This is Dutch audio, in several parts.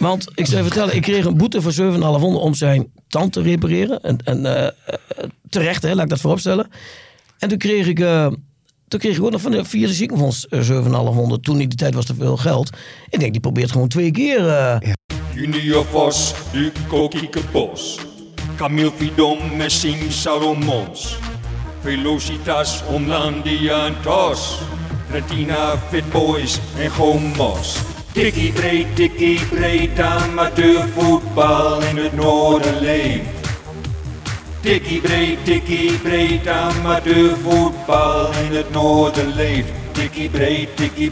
Want ik zou je vertellen, ik kreeg een boete van 7.500 om zijn tand te repareren. En terecht, hè, laat ik dat vooropstellen. En toen kreeg ik ook nog van de vierde ziekenfonds 7.500. Toen in die tijd was er veel geld. Ik denk, die probeert gewoon 2 keer. Junior Vos, Duco Kiekebos. Camille Vidom, Messing Salomons. Velocitas, Omlandia en Tos. Retina, Fit Boys en Gomos. Tikkie breed, amateurvoetbal in het noorden leeft. Tikkie breed, amateurvoetbal in het noorden leeft. Tikkie breed. Tikkie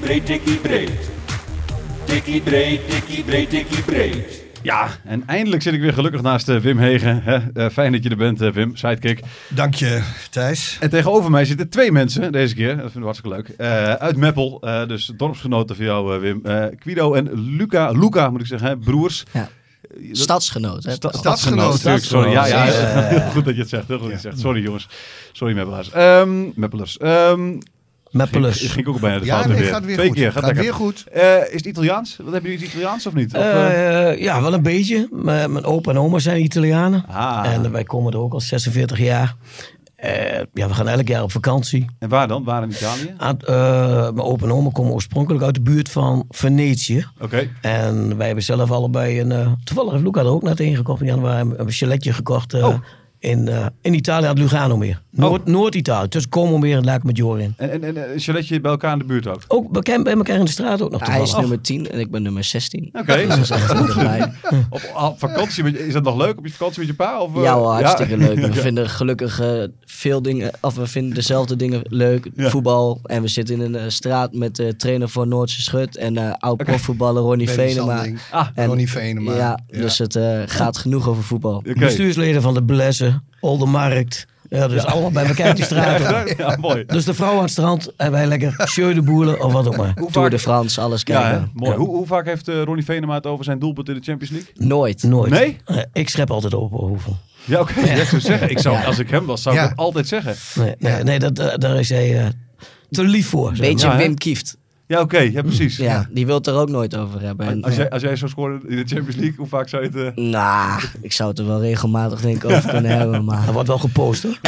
breed. Ja, en eindelijk zit ik weer gelukkig naast Wim Hegen. Hè? Fijn dat je er bent, Wim, sidekick. Dank je, Thijs. En tegenover mij zitten 2 mensen deze keer. Dat vind ik hartstikke leuk. Uit Meppel, dus dorpsgenoten van jou, Wim. Guido en Luca moet ik zeggen, hè? Broers. Ja. Stadsgenoot. Hè? Stadsgenoot. Sorry, ja. Goed dat je het zegt. Heel goed dat je het zegt. Sorry jongens. Sorry Meppelaars. Meppelers. Meppelus. Ging ik ook bijna de fout weer. Gaat weer 2 goed. keer. Gaat weer goed. Is het Italiaans? Wat hebben jullie, iets Italiaans of niet? Ja, wel een beetje. Mijn opa en oma zijn Italianen. En wij komen er ook al 46 jaar. We gaan elk jaar op vakantie. En waar dan? Waar in Italië? Mijn opa en oma komen oorspronkelijk uit de buurt van Venetië. Oké. En wij hebben zelf allebei toevallig heeft Luca er ook net in gekocht in januari. Een chaletje gekocht in Italië, aan het Lugano meer. Noord-Italië, tussen Como meer en Lac Maggiore in. En een chaletje bij elkaar in de buurt ook? Ook bij elkaar in de straat ook nog Hij is toevallig. nummer 10 en ik ben nummer 16. Oké. Dus dat is echt goed erbij. Op vakantie, is dat nog leuk? Op je vakantie met je pa? Of, Ja, wel, hartstikke leuk. We vinden gelukkig veel dingen, of we vinden dezelfde dingen leuk. Ja. Voetbal. En we zitten in een straat met de trainer van Noordse Schut en oud-profvoetballer Ronnie Venema. En, Ronnie Venema. Ja, dus het gaat genoeg over voetbal. Oké. Bestuursleden van de Blessen, Oldermarkt. Ja, dus allemaal bij elkaar in die straat. Ja, mooi. Dus de vrouw aan het strand en wij lekker Jeu de Boelen of wat ook maar. Tour de France, alles kijken. Ja, mooi. Ja. Hoe vaak heeft Ronnie Venema het over zijn doelpunt in de Champions League? Nooit. Nee? Ik schep altijd op hoeveel. Ja, oké. Ja. Zou zeggen. Als ik hem was, zou ik dat altijd zeggen. Nee, daar is hij te lief voor. Beetje Wim Kieft. Ja, oké. Ja, precies. Ja, die wil het er ook nooit over hebben. En, als jij zou scoren in de Champions League, hoe vaak zou je het... Nou, ik zou het er wel regelmatig denk ik over kunnen hebben, maar... Dat wordt wel gepost, hoor.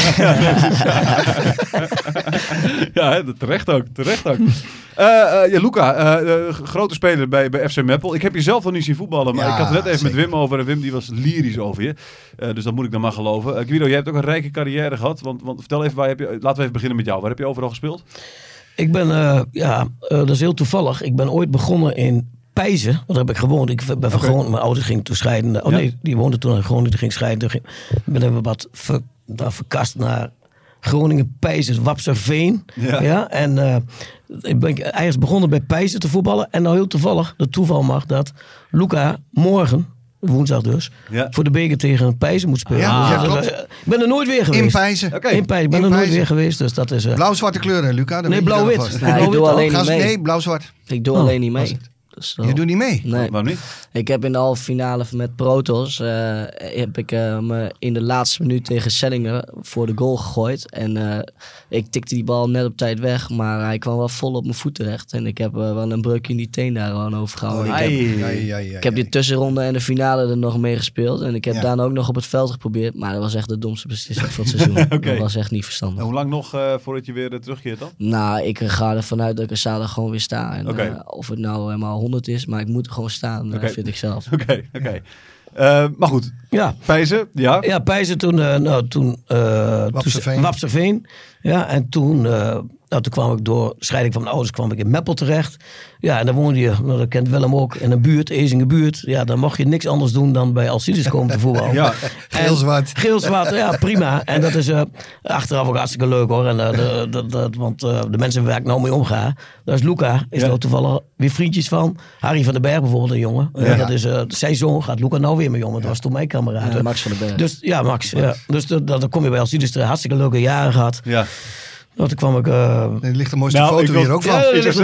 Ja, terecht ook. Luca, grote speler bij FC Meppel. Ik heb je zelf nog niet zien voetballen, maar ik had het net even met Wim over. En Wim die was lyrisch over je. Dus dat moet ik dan maar geloven. Guido, jij hebt ook een rijke carrière gehad. Want vertel even, laten we even beginnen met jou. Waar heb je overal gespeeld? Ik ben, dat is heel toevallig. Ik ben ooit begonnen in Pijzen. Want daar heb ik gewoond. Ik ben van Groningen. Mijn ouders gingen toen scheiden. Nee, die woonden toen in Groningen. Die ging scheiden. Ik ben even wat verkast naar Groningen, Pijzen, Wapserveen. Ja. En ik ben eigenlijk begonnen bij Pijzen te voetballen. En nou heel toevallig, de toeval mag dat Luca morgen, woensdag dus, voor de beker tegen Pijzen moet spelen. Ik ben er nooit weer geweest. In Pijzen? Okay. In Pijzen. Ik ben er nooit weer geweest. Dus dat is... Blauw-zwarte kleuren, Luca? Nee, blauw-wit. Ik doe alleen niet mee. Nee, blauw-zwart. Ik doe alleen niet mee. Dus je doet niet mee? Nee. Waarom niet? Ik heb in de halve finale met Protos heb ik me in de laatste minuut tegen Sellingen voor de goal gegooid. En ik tikte die bal net op tijd weg, maar hij kwam wel vol op mijn voet terecht. En ik heb wel een breukje in die teen daar gewoon overgehouden. Ik heb die tussenronde en de finale er nog mee gespeeld. En ik heb daarna ook nog op het veld geprobeerd. Maar dat was echt de domste beslissing van het seizoen. Dat was echt niet verstandig. En hoe lang nog voordat je weer terugkeert dan? Nou, ik ga ervan uit dat ik er zaterdag gewoon weer sta. En of het nou helemaal 100 is, maar ik moet er gewoon staan, vind ik zelf. Oké. Maar goed, Pijzen, Ja, Pijzen toen Wapserveen. Ja, en toen kwam ik door scheiding van mijn ouders in Meppel terecht. Ja, en dan woonde je, dat kent Willem ook, in een buurt, Ezinge buurt. Ja, dan mocht je niks anders doen dan bij Alcides komen te voetballen. Ja, geel-zwart. Ja, prima. En dat is achteraf ook hartstikke leuk hoor. En, want de mensen waar ik nou mee omga, dat is Luca, is nou toevallig weer vriendjes van. Harry van den Berg bijvoorbeeld, een jongen. Dat is zijn zoon, gaat Luca nou weer mee om. Dat was toen mijn kameraad. Max van den Berg. Dus, Max. Ja. Dus dan kom je bij Alcides terecht, hartstikke leuke jaren gehad. Ja. Nou, toen kwam ik... Er ligt de mooiste foto hier ook van.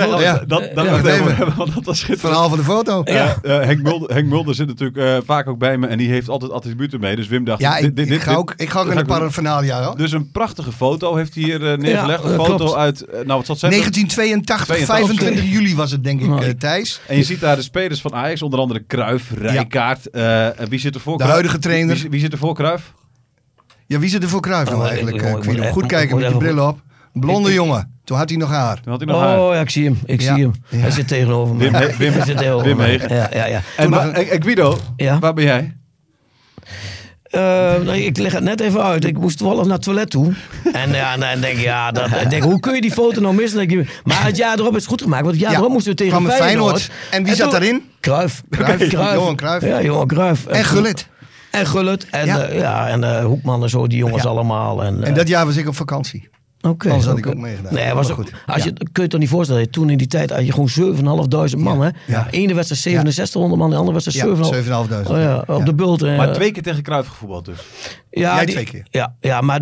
Dat was schitterend. Het verhaal van de foto. Henk Mulder zit natuurlijk vaak ook bij me en die heeft altijd attributen mee. Dus Wim dacht... Ja, ik ga ook in de paraphernalia. Dus een prachtige foto heeft hij hier neergelegd. Een foto klopt. Uit... wat zal het zijn? 1982, 25 juli was het denk ik, Thijs. En je ziet daar de spelers van Ajax, onder andere Cruijff, Rijkaard. Wie zit er voor? De huidige trainer. Wie zit er voor Cruijff? Ja, wie zit er voor Cruijff nou eigenlijk? Goed kijken met je bril op. Blonde jongen. Toen had hij nog haar. Ja, ik zie hem. Ja. Hij zit tegenover me. Wim Hegen. Ja. En Guido, waar ben jij? Ik leg het net even uit. Ik moest toevallig naar het toilet toe. En dan denk ik, hoe kun je die foto nou missen? Maar het jaar erop is het goed gemaakt. Want het jaar erop moesten we tegen Feyenoord. En wie zat daarin? Cruijff. Johan Cruijff. Ja, Johan Cruijff. En Gullit. En Hoekman en zo, die jongens allemaal. En dat jaar was ik op vakantie. Oké. Anders had ik ook meegedaan. Nee, was goed. Kun je het toch niet voorstellen? Toen in die tijd had je gewoon 7.500 man. Hè? Ja. Ene wedstrijd 6700 man, de andere wedstrijd 7.500. Op de bult. Maar 2 keer tegen Cruijff gevoetbald dus. Ja, 2 keer. Ja, maar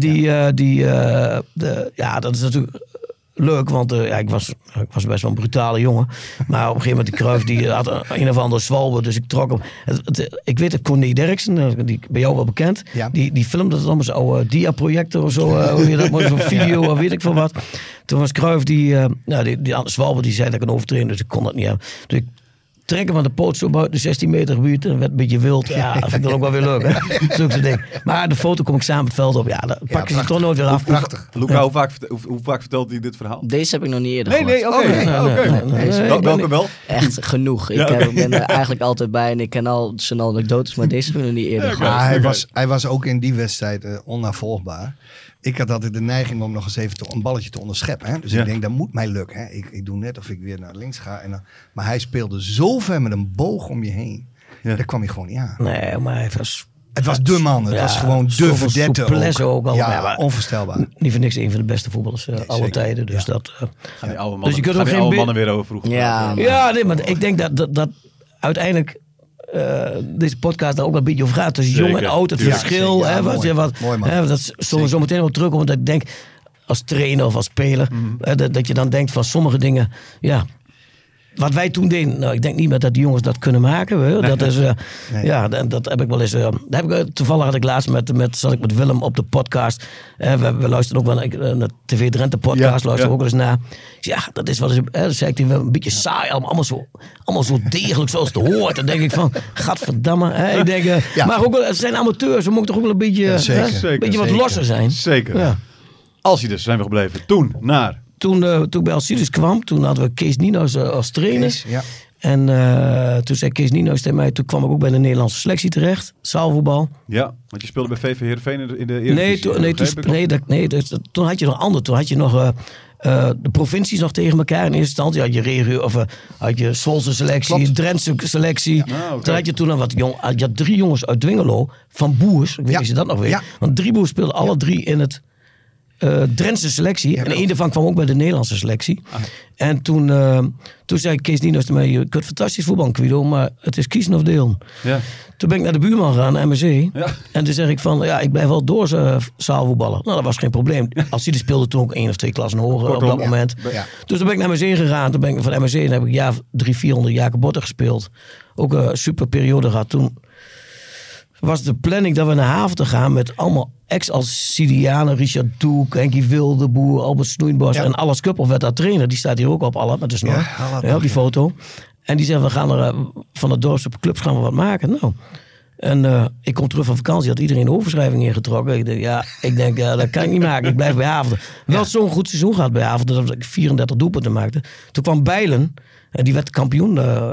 dat is natuurlijk leuk, want ik was best wel een brutale jongen. Maar op een gegeven moment, die Cruijff, die had een of andere zwalbe, dus ik trok hem. Ik weet het, Corné Derksen, die bij jou wel bekend, die filmde het allemaal, zo'n oude dia-projector of zo, hoe je dat mooi, zo'n video, weet ik veel wat. Toen was Cruijff, die zwalbe, die zei dat ik een overtraining, dus ik kon dat niet hebben. Dus ik trek hem aan de poot zo buiten de 16 meter gebuurt en werd een beetje wild. Ja, dat vind ik dan ook wel weer leuk, hè. Zulke dingen. Maar de foto kom ik samen het veld op. Ja, dan pakken ze toch nooit weer af. Prachtig. Luca, hoe vaak vertelt hij dit verhaal? Deze heb ik nog niet eerder gehoord. Oké. Welke wel? Echt genoeg. Ik ben er eigenlijk altijd bij en ik ken al zijn anekdotes, maar deze heb ik nog niet eerder gehoord. Hij was ook in die wedstrijd onnavolgbaar. Ik had altijd de neiging om nog eens even een balletje te onderscheppen. Hè? Dus ik denk, dat moet mij lukken. Hè? Ik doe net of ik weer naar links ga. Maar hij speelde zo ver met een boog om je heen. Ja. Daar kwam je gewoon niet aan. Nee, maar hij was... Het was de man. Het was gewoon de verdette ook. Onvoorstelbaar. Niet voor niks een van de beste voetballers aller tijden. Dus dat... Gaan die oude mannen weer over vroeger. Ja, nee, maar ik denk dat uiteindelijk... deze podcast daar ook een beetje over gaat. Tussen jong en oud, het verschil. Dat zullen zo meteen wel terug, want ik denk als trainer of als speler, dat je dan denkt van sommige dingen, wat wij toen deden, nou, ik denk niet meer dat die jongens dat kunnen maken. Nee. Dat is, dat heb ik wel eens. Toevallig had ik laatst zat ik met Willem op de podcast. We luisteren ook wel naar de TV Drenthe podcast, luisteren ook wel eens naar. Ja, dat is wel eens. Dan zei ik een beetje saai, allemaal zo degelijk zoals het hoort. Dan denk ik van, gadverdamme. Ik denk, maar ook wel, het zijn amateurs, we moeten toch ook wel een beetje, beetje wat losser zijn. Zeker. Ja. Alcides zijn we gebleven. Toen ik bij Alcides kwam, toen hadden we Kees Nienhuis als trainer. En toen zei Kees Nienhuis tegen mij, toen kwam ik ook bij de Nederlandse selectie terecht. Zaalvoetbal. Ja, want je speelde bij VV Heerenveen in de Eredivisie. Toen had je nog ander. Toen had je nog de provincies nog tegen elkaar. In eerste instantie had je regio, of had je Zwolse selectie, Drentse selectie. Toen had je toen nog je had 3 jongens uit Dwingelo van Boers. Ik weet niet of je dat nog weet. Want 3 Boers speelden alle 3 in het Drentse selectie. En één daarvan kwam ook bij de Nederlandse selectie. En toen zei Kees Nienhuis tegen mij, je kunt fantastisch voetballen, Guido, maar het is kiezen of delen. Ja. Toen ben ik naar de buurman gegaan, MSC. Ja. En toen zeg ik van, ik blijf wel door zaalvoetballen. Nou, dat was geen probleem. Alcides speelde toen ook 1 of 2 klassen hoger op dat moment. Ja. Dus toen ben ik naar MSC gegaan. Toen ben ik van MSC en heb ik 300-400 Jacob Botten gespeeld. Ook een super periode gehad. Toen was de planning dat we naar Haven gaan met allemaal ex-Alcidianen, Richard Doek, Henkie Wildeboer, Albert Snoeibos en Alles Kuppel werd daar trainer. Die staat hier ook op, Allard, met de snor. Op die foto. En die zei, we gaan er van de dorpse clubs gaan we wat maken. Nou, en ik kom terug van vakantie, had iedereen een overschrijving ingetrokken. Ik denk, dat kan ik niet maken. Ik blijf bij Haven. Wel zo'n goed seizoen gehad bij Haven, dat ik 34 doelpunten maakte. Toen kwam Bijlen, die werd kampioen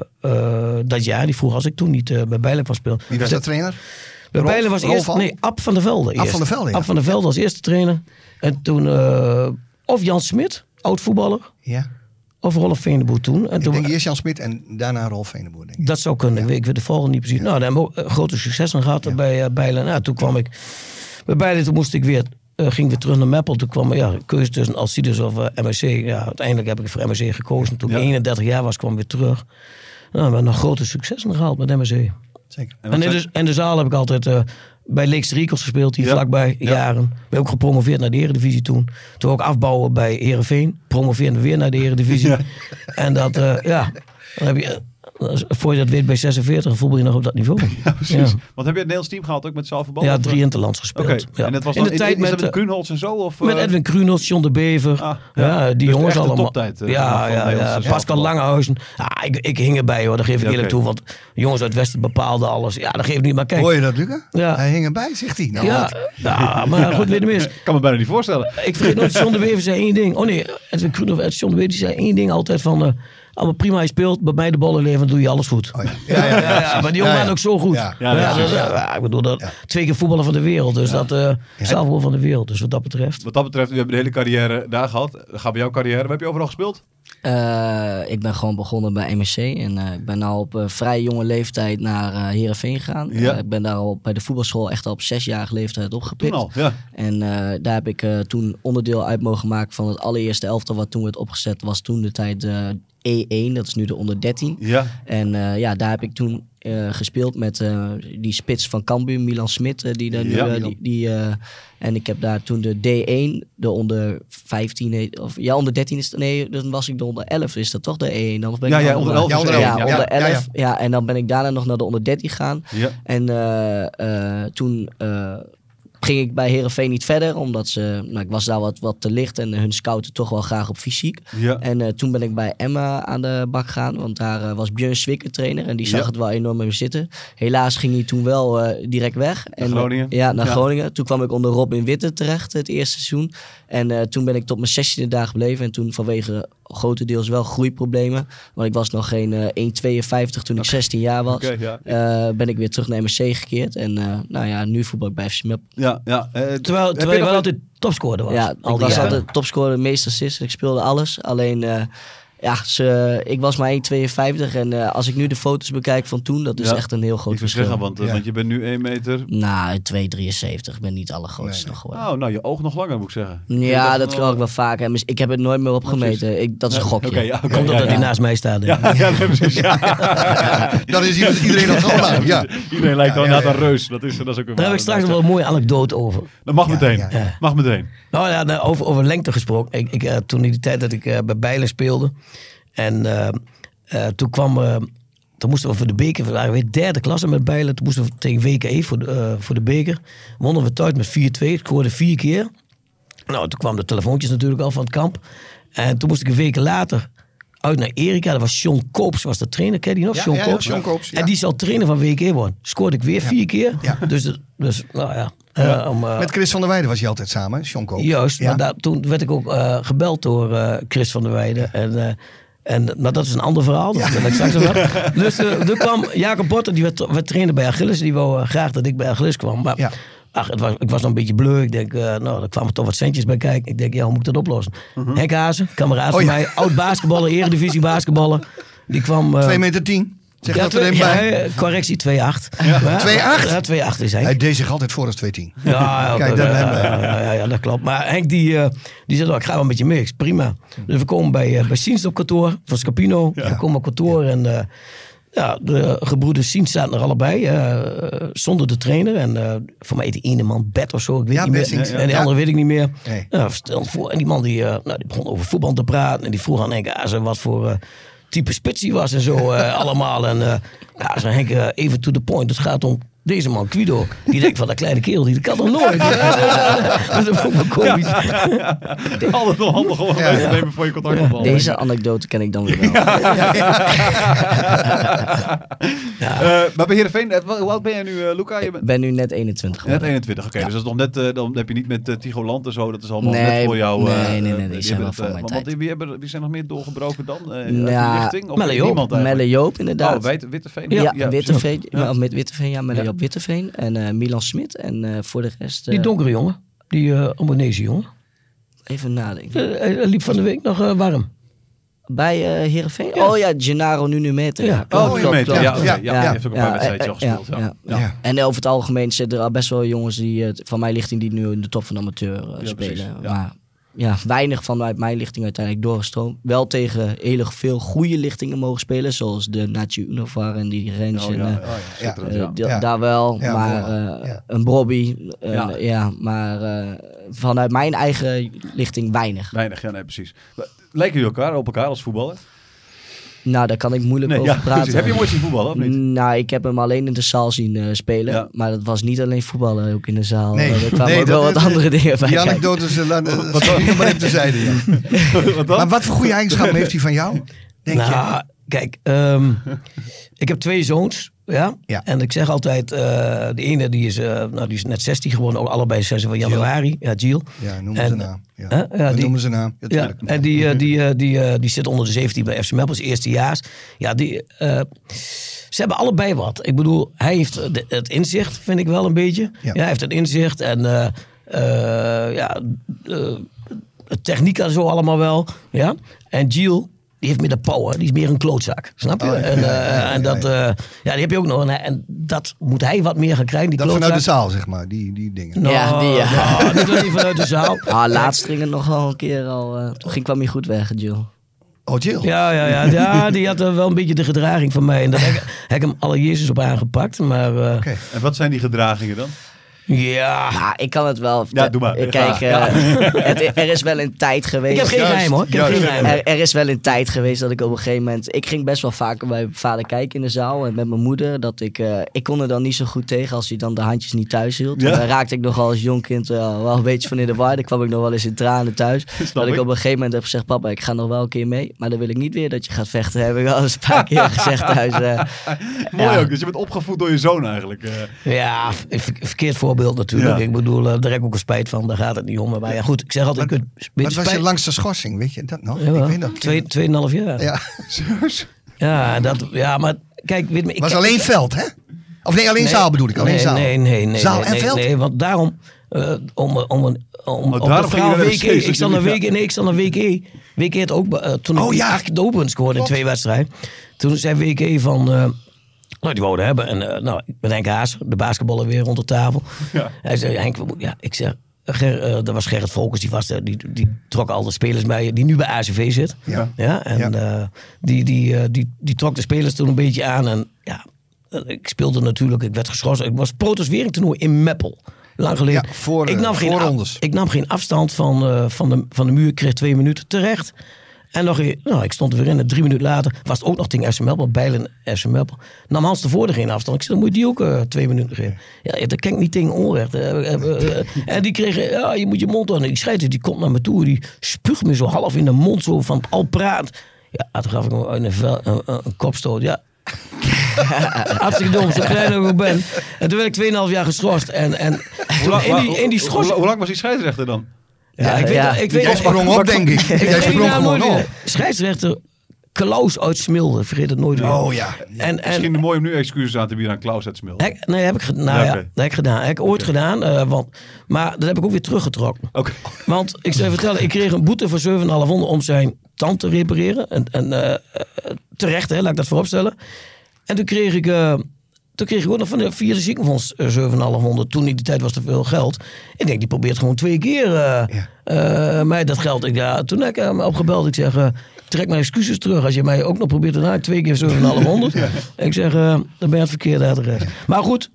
dat jaar. Die vroeg als ik toen niet bij Bijlen was spelen. Wie was dat trainer? Bij Bijlen was eerst, Ab van der Velde. Ab van der Velde als eerste trainer. En toen, of Jan Smit, oud voetballer. Ja. Of Rolf Veneboer toen. En ik denk eerst Jan Smit en daarna Rolf Veneboer, denk ik. Dat zou kunnen. Ik weet de volgende niet precies. Nou, daar hebben we ook grote successen gehad bij Bijlen. Nou, toen kwam ik bij Bijlen, toen moest ik weer, ging weer terug naar Meppel. Toen kwam keuze tussen Alcides of MSC. Ja, uiteindelijk heb ik voor MSC gekozen. Toen ik 31 jaar was, kwam ik weer terug. Nou, we hebben nog grote successen gehaald met MSC. Zeker. En in de zaal heb ik altijd Bij Leeks Riekels gespeeld, hier vlakbij, jaren. Ben ook gepromoveerd naar de Eredivisie toen. Toen ook afbouwen bij Heerenveen. Promoveerde weer naar de Eredivisie. Ja. En dat, dan heb je... Voor je dat weet bij 46 voetbal je nog op dat niveau. Ja, precies. Ja. Want heb je het Nederlands team gehad ook met zaalvoetbal? Ja, 3 interlands gespeeld. Okay. Ja. En dat was dan, in de tijd met Kruenholz en zo? Of, met Edwin Kruenholz, John de Bever. Die dus jongens allemaal. Toptijd, Pascal Langehuizen. Ik hing erbij hoor, dat geef ik eerlijk toe. Want jongens uit Westen bepaalden alles. Ja, dat geeft niet. Maar kijk. Hoor je dat, Luca? Ja. Hij hing erbij, zegt hij. Nou, maar goed, weet je mis. Ik kan me bijna niet voorstellen. Ik vergeet nooit, John de Bever zei 1 ding. Oh nee, Edwin Kruenholz, John de Bever zei 1 ding altijd van... allemaal prima, hij speelt, bij mij de ballen leveren, doe je alles goed. Oh ja. Maar die jongen waren ook zo goed. Ik bedoel, 2 keer voetballer van de wereld. Dus dat zelf van de wereld. Dus wat dat betreft. Wat dat betreft, we hebben de hele carrière daar gehad. Dan gaan we jouw carrière. Waar heb je overal gespeeld? Ik ben gewoon begonnen bij MSC. En ik ben nou op vrij jonge leeftijd naar Heerenveen gegaan. Ik ben daar al bij de voetbalschool echt al op 6-jarige leeftijd opgepikt. Toen al, ja. En daar heb ik toen onderdeel uit mogen maken van het allereerste elftal wat toen werd opgezet. Was toen de tijd E1, dat is nu de onder 13. Ja. En daar heb ik toen gespeeld met die spits van Cambuur, Milan Smit. En ik heb daar toen de D1, de onder 15, onder 13 is het, nee, dan was ik de onder 11, is dat toch de E1? Dan ben ik onder 11. Onder 11. Ja, en dan ben ik daarna nog naar de onder 13 gegaan. Ja. En toen... ging ik bij Heerenveen niet verder, omdat ik was daar wat te licht en hun scouten toch wel graag op fysiek. Ja. En toen ben ik bij Emma aan de bak gegaan, want daar was Björn Zwicker trainer en die zag het wel enorm met me zitten. Helaas ging hij toen wel direct weg. Naar Groningen? Ja, naar Groningen. Toen kwam ik onder Robin Witte terecht het eerste seizoen. En toen ben ik tot mijn 16e dag gebleven en toen vanwege grotendeels wel groeiproblemen, want ik was nog geen 1,52 toen ik 16 jaar was. Ben ik weer terug naar MSC gekeerd en nu voetbal ik bij FC Meppel. Terwijl je wel altijd topscorer was. Ja, ik was altijd topscorer, meest assist. Ik speelde alles. Alleen, ik was maar 1,52. En als ik nu de foto's bekijk van toen, dat is echt een heel groot verschil. Zeggen, want je bent nu 1 meter... Nou, 2,73. Ik ben niet allergrootste nog geworden. Oh, nou, je oog nog langer moet ik zeggen. Ja, dat kan ik wel vaker. Ik heb het nooit meer opgemeten. Dat is een gokje. Komt omdat hij naast mij staat. Precies. Dan is iedereen nog allemaal. Ja. Iedereen lijkt wel inderdaad een reus. Dat is ook een Daar heb ik straks nog wel een mooie anekdote over. Dat mag meteen. Mag meteen. Nou ja, over lengte gesproken. Toen in die tijd dat ik bij Bijlen speelde. En toen moesten we voor de beker, we waren weer 3e klasse met Bijlen. Toen moesten we tegen WKE voor de beker. Wonnen we thuis met 4-2. Ik scoorde 4 keer. Nou, toen kwamen de telefoontjes natuurlijk al van het kamp. En toen moest ik een week later uit naar Erika. Dat was John Koops, was de trainer. Ken je die nog? John Koops. En die zal trainer van WKE worden. Scoorde ik weer 4 keer. Ja. Dus nou ja. Met Chris van der Weijden was je altijd samen, John Koops. Juist, maar toen werd ik ook gebeld door Chris van der Weijden. Maar dat is een ander verhaal. Dat wil ik straks nog wel. Dus toen kwam Jacob Botter, die werd trainer bij Achilles. Die wou graag dat ik bij Achilles kwam. Maar ik was nog een beetje bleu. Ik denk, daar kwamen toch wat centjes bij kijken. Ik denk, hoe moet ik dat oplossen? Hekhazen, kameraad van mij. Oud basketballer, eredivisie basketballer. Die kwam... 2,10 meter. Zeg dat er even bij. Correctie, 2,8. 2,8? Ja, 2,8 is Henk. Hij deed zich altijd voor als 2,10. Kijk, ja, dat klopt. Maar Henk die zei, ik ga wel met je mee. Prima. Dus we komen bij Siens op kantoor, van Scapino. We komen op kantoor en de gebroeders Siens zaten er allebei. Zonder de trainer. En voor mij heet die ene man Bert of zo, ik weet niet meer. En die andere weet ik niet meer. Stel voor. En die man die begon over voetbal te praten. En die vroeg aan Henk wat voor... type spits was en zo allemaal. En zo Henk, even to the point. Het gaat om deze man, Guido. Die denkt van dat kleine kerel, die kan toch nooit. Dat is ook wel komisch. Altijd wel handig om te nemen voor je contact opbouwen. Deze anekdote ken ik dan weer wel. Maar bij Heerenveen, hoe oud ben jij nu, Luca? Ik ben nu net 21 Net 21, oké. Dus dat is nog net, dan heb je niet met Tigo Land en zo. Dat is allemaal net voor jou. Nee, die zijn wel voor mijn tijd. Wie zijn nog meer doorgebroken dan? Melle Joop, inderdaad. Witteveen? Ja, Witteveen. Met Witteveen, Melle Joop Witteveen. En Milan Smit. En voor de rest... die donkere jongen. Die Ambonese jongen. Even nadenken. Hij liep van de week nog warm. Bij Heerenveen? Ja. Oh ja, Gennaro Nunumeter. Ja. Nunumeter. Ja, die heeft ook een paar wedstrijdjes al gespeeld. Ja. En over het algemeen zitten er al best wel jongens die van mijn lichting die nu in de top van de amateur spelen. Maar weinig vanuit mijn lichting uiteindelijk doorgestroomd. Wel tegen hele veel goede lichtingen mogen spelen. Zoals de Nacho Unovar en die Rens. Daar wel. Ja, maar een Bobby. Maar vanuit mijn eigen lichting weinig. Weinig, ja, nee, precies. Lijken jullie op elkaar als voetballer? Nou, daar kan ik moeilijk over praten. Precies. Heb je ooit zien voetballen, of niet? Nou, ik heb hem alleen in de zaal zien spelen. Ja. Maar dat was niet alleen voetballen, ook in de zaal. Er kwamen ook wel wat andere dingen bij. Die anekdotes, wat maar even terzijde. Ja. Maar wat voor goede eigenschappen heeft hij van jou? Denk je? Kijk, ik heb 2 zoons. Ja? En ik zeg altijd, de ene die is net 16 geworden, ook allebei 6 van januari. Ja, Giel. Ja, noemen ze naam. Noemen ze naam. Ja, en die zit onder de 17 bij FC Meppel, eerstejaars. Ja, ze hebben allebei wat. Ik bedoel, hij heeft het inzicht, vind ik wel een beetje. Ja, hij heeft het inzicht en techniek en zo allemaal wel. Ja? En Giel, die heeft meer de power. Die is meer een klootzak. Snap je? Die heb je ook nog. En dat moet hij wat meer gaan krijgen. Die dat klootzak. Vanuit de zaal, zeg maar. Die dingen. Niet vanuit de zaal. Laatst ging het nog wel een keer al. Toen kwam hij goed weg, Jill. Oh, Jill? Ja, die had wel een beetje de gedraging van mij. En daar heb ik hem alle Jezus op aangepakt. Maar, En wat zijn die gedragingen dan? Ja. Nou, ik kan het wel. Ja, doe maar. Kijk, er is wel een tijd geweest. Ik heb geen geheim hoor. Er is wel een tijd geweest dat ik op een gegeven moment. Ik ging best wel vaak bij vader kijken in de zaal en met mijn moeder. Dat ik kon er dan niet zo goed tegen als hij dan de handjes niet thuis hield. Ja. Dan raakte ik nogal als jong kind wel een beetje van in de war. Dan kwam ik nog wel eens in tranen thuis. Dat ik op een gegeven moment heb gezegd: papa, ik ga nog wel een keer mee. Maar dan wil ik niet weer dat je gaat vechten. Heb ik al eens een paar keer gezegd thuis. Mooi ook. Dus je bent opgevoed door je zoon eigenlijk. Ja, verkeerd voorbeeld natuurlijk. Ja. Ik bedoel, daar heb ik ook een spijt van. Daar gaat het niet om. Maar ja, goed. Ik zeg altijd... Wat was je langste schorsing? Weet je dat nog? Ja, ik weet dat. 2,5 jaar. Ja. Maar kijk... Het was alleen veld, hè? Of nee, alleen zaal bedoel ik. Alleen zaal. Nee. Zaal en veld? Nee, want daarom... op de verhaal week E. Ik stond een week E. Week E had ook... toen ik 8 doelpunten scoorde in 2 wedstrijden. Toen zei week E van... die wouden hebben. En ik ben Henk Haas, de basketballer weer rond de tafel. Ja. Hij zei, Henk, ik zeg... dat was Gerrit Volkers, die trok al de spelers bij, die nu bij ACV zit. Die trok de spelers toen een beetje aan. En ik speelde natuurlijk, ik werd geschorst. Ik was Protos Weringtoernooi in Meppel. Lang geleden. Ja, ik nam geen afstand van de muur, ik kreeg 2 minuten terecht. En ik stond er weer in en 3 minuten later was het ook nog tegen FC Meppel, Bijlen FC Meppel. Nam Hans de Voorde geen afstand. Ik zei, dan moet je die ook 2 minuten geven. Ja, dat kan ik niet tegen onrecht. En die kreeg, je moet je mond aan. Die scheidsrechter, die komt naar me toe, die spuugt me zo half in de mond, zo van al praat. Ja, toen gaf ik hem een kopstoot. Ja. Hartstikke dom, zo klein als ik ben. En toen werd ik 2,5 jaar geschorst. En in die schorsing... Hoe lang was die scheidsrechter dan? Ik weet jij sprong op, denk ik. Jij sprong gewoon op. Scheidsrechter Klaus uit Smilde, vergeet het nooit weer. Oh ja. Misschien mooi om nu excuses aan te bieden aan Klaus uit Smilde. Heb ik gedaan. Heb ik ooit gedaan. Maar dat heb ik ook weer teruggetrokken. Okay. Want ik zou je vertellen, ik kreeg een boete van 7.500 om zijn tand te repareren. En terecht, laat ik dat vooropstellen. En toen kreeg ik ook nog van de vierde ziekenfonds 7.500. Toen in die tijd was er veel geld. Ik denk, die probeert gewoon 2 keer mij dat geld. Toen heb ik hem opgebeld. Ik zeg, trek mijn excuses terug. Als je mij ook nog probeert te 2 keer 7.500. Ik zeg, dan ben je het verkeerde adres. Maar goed,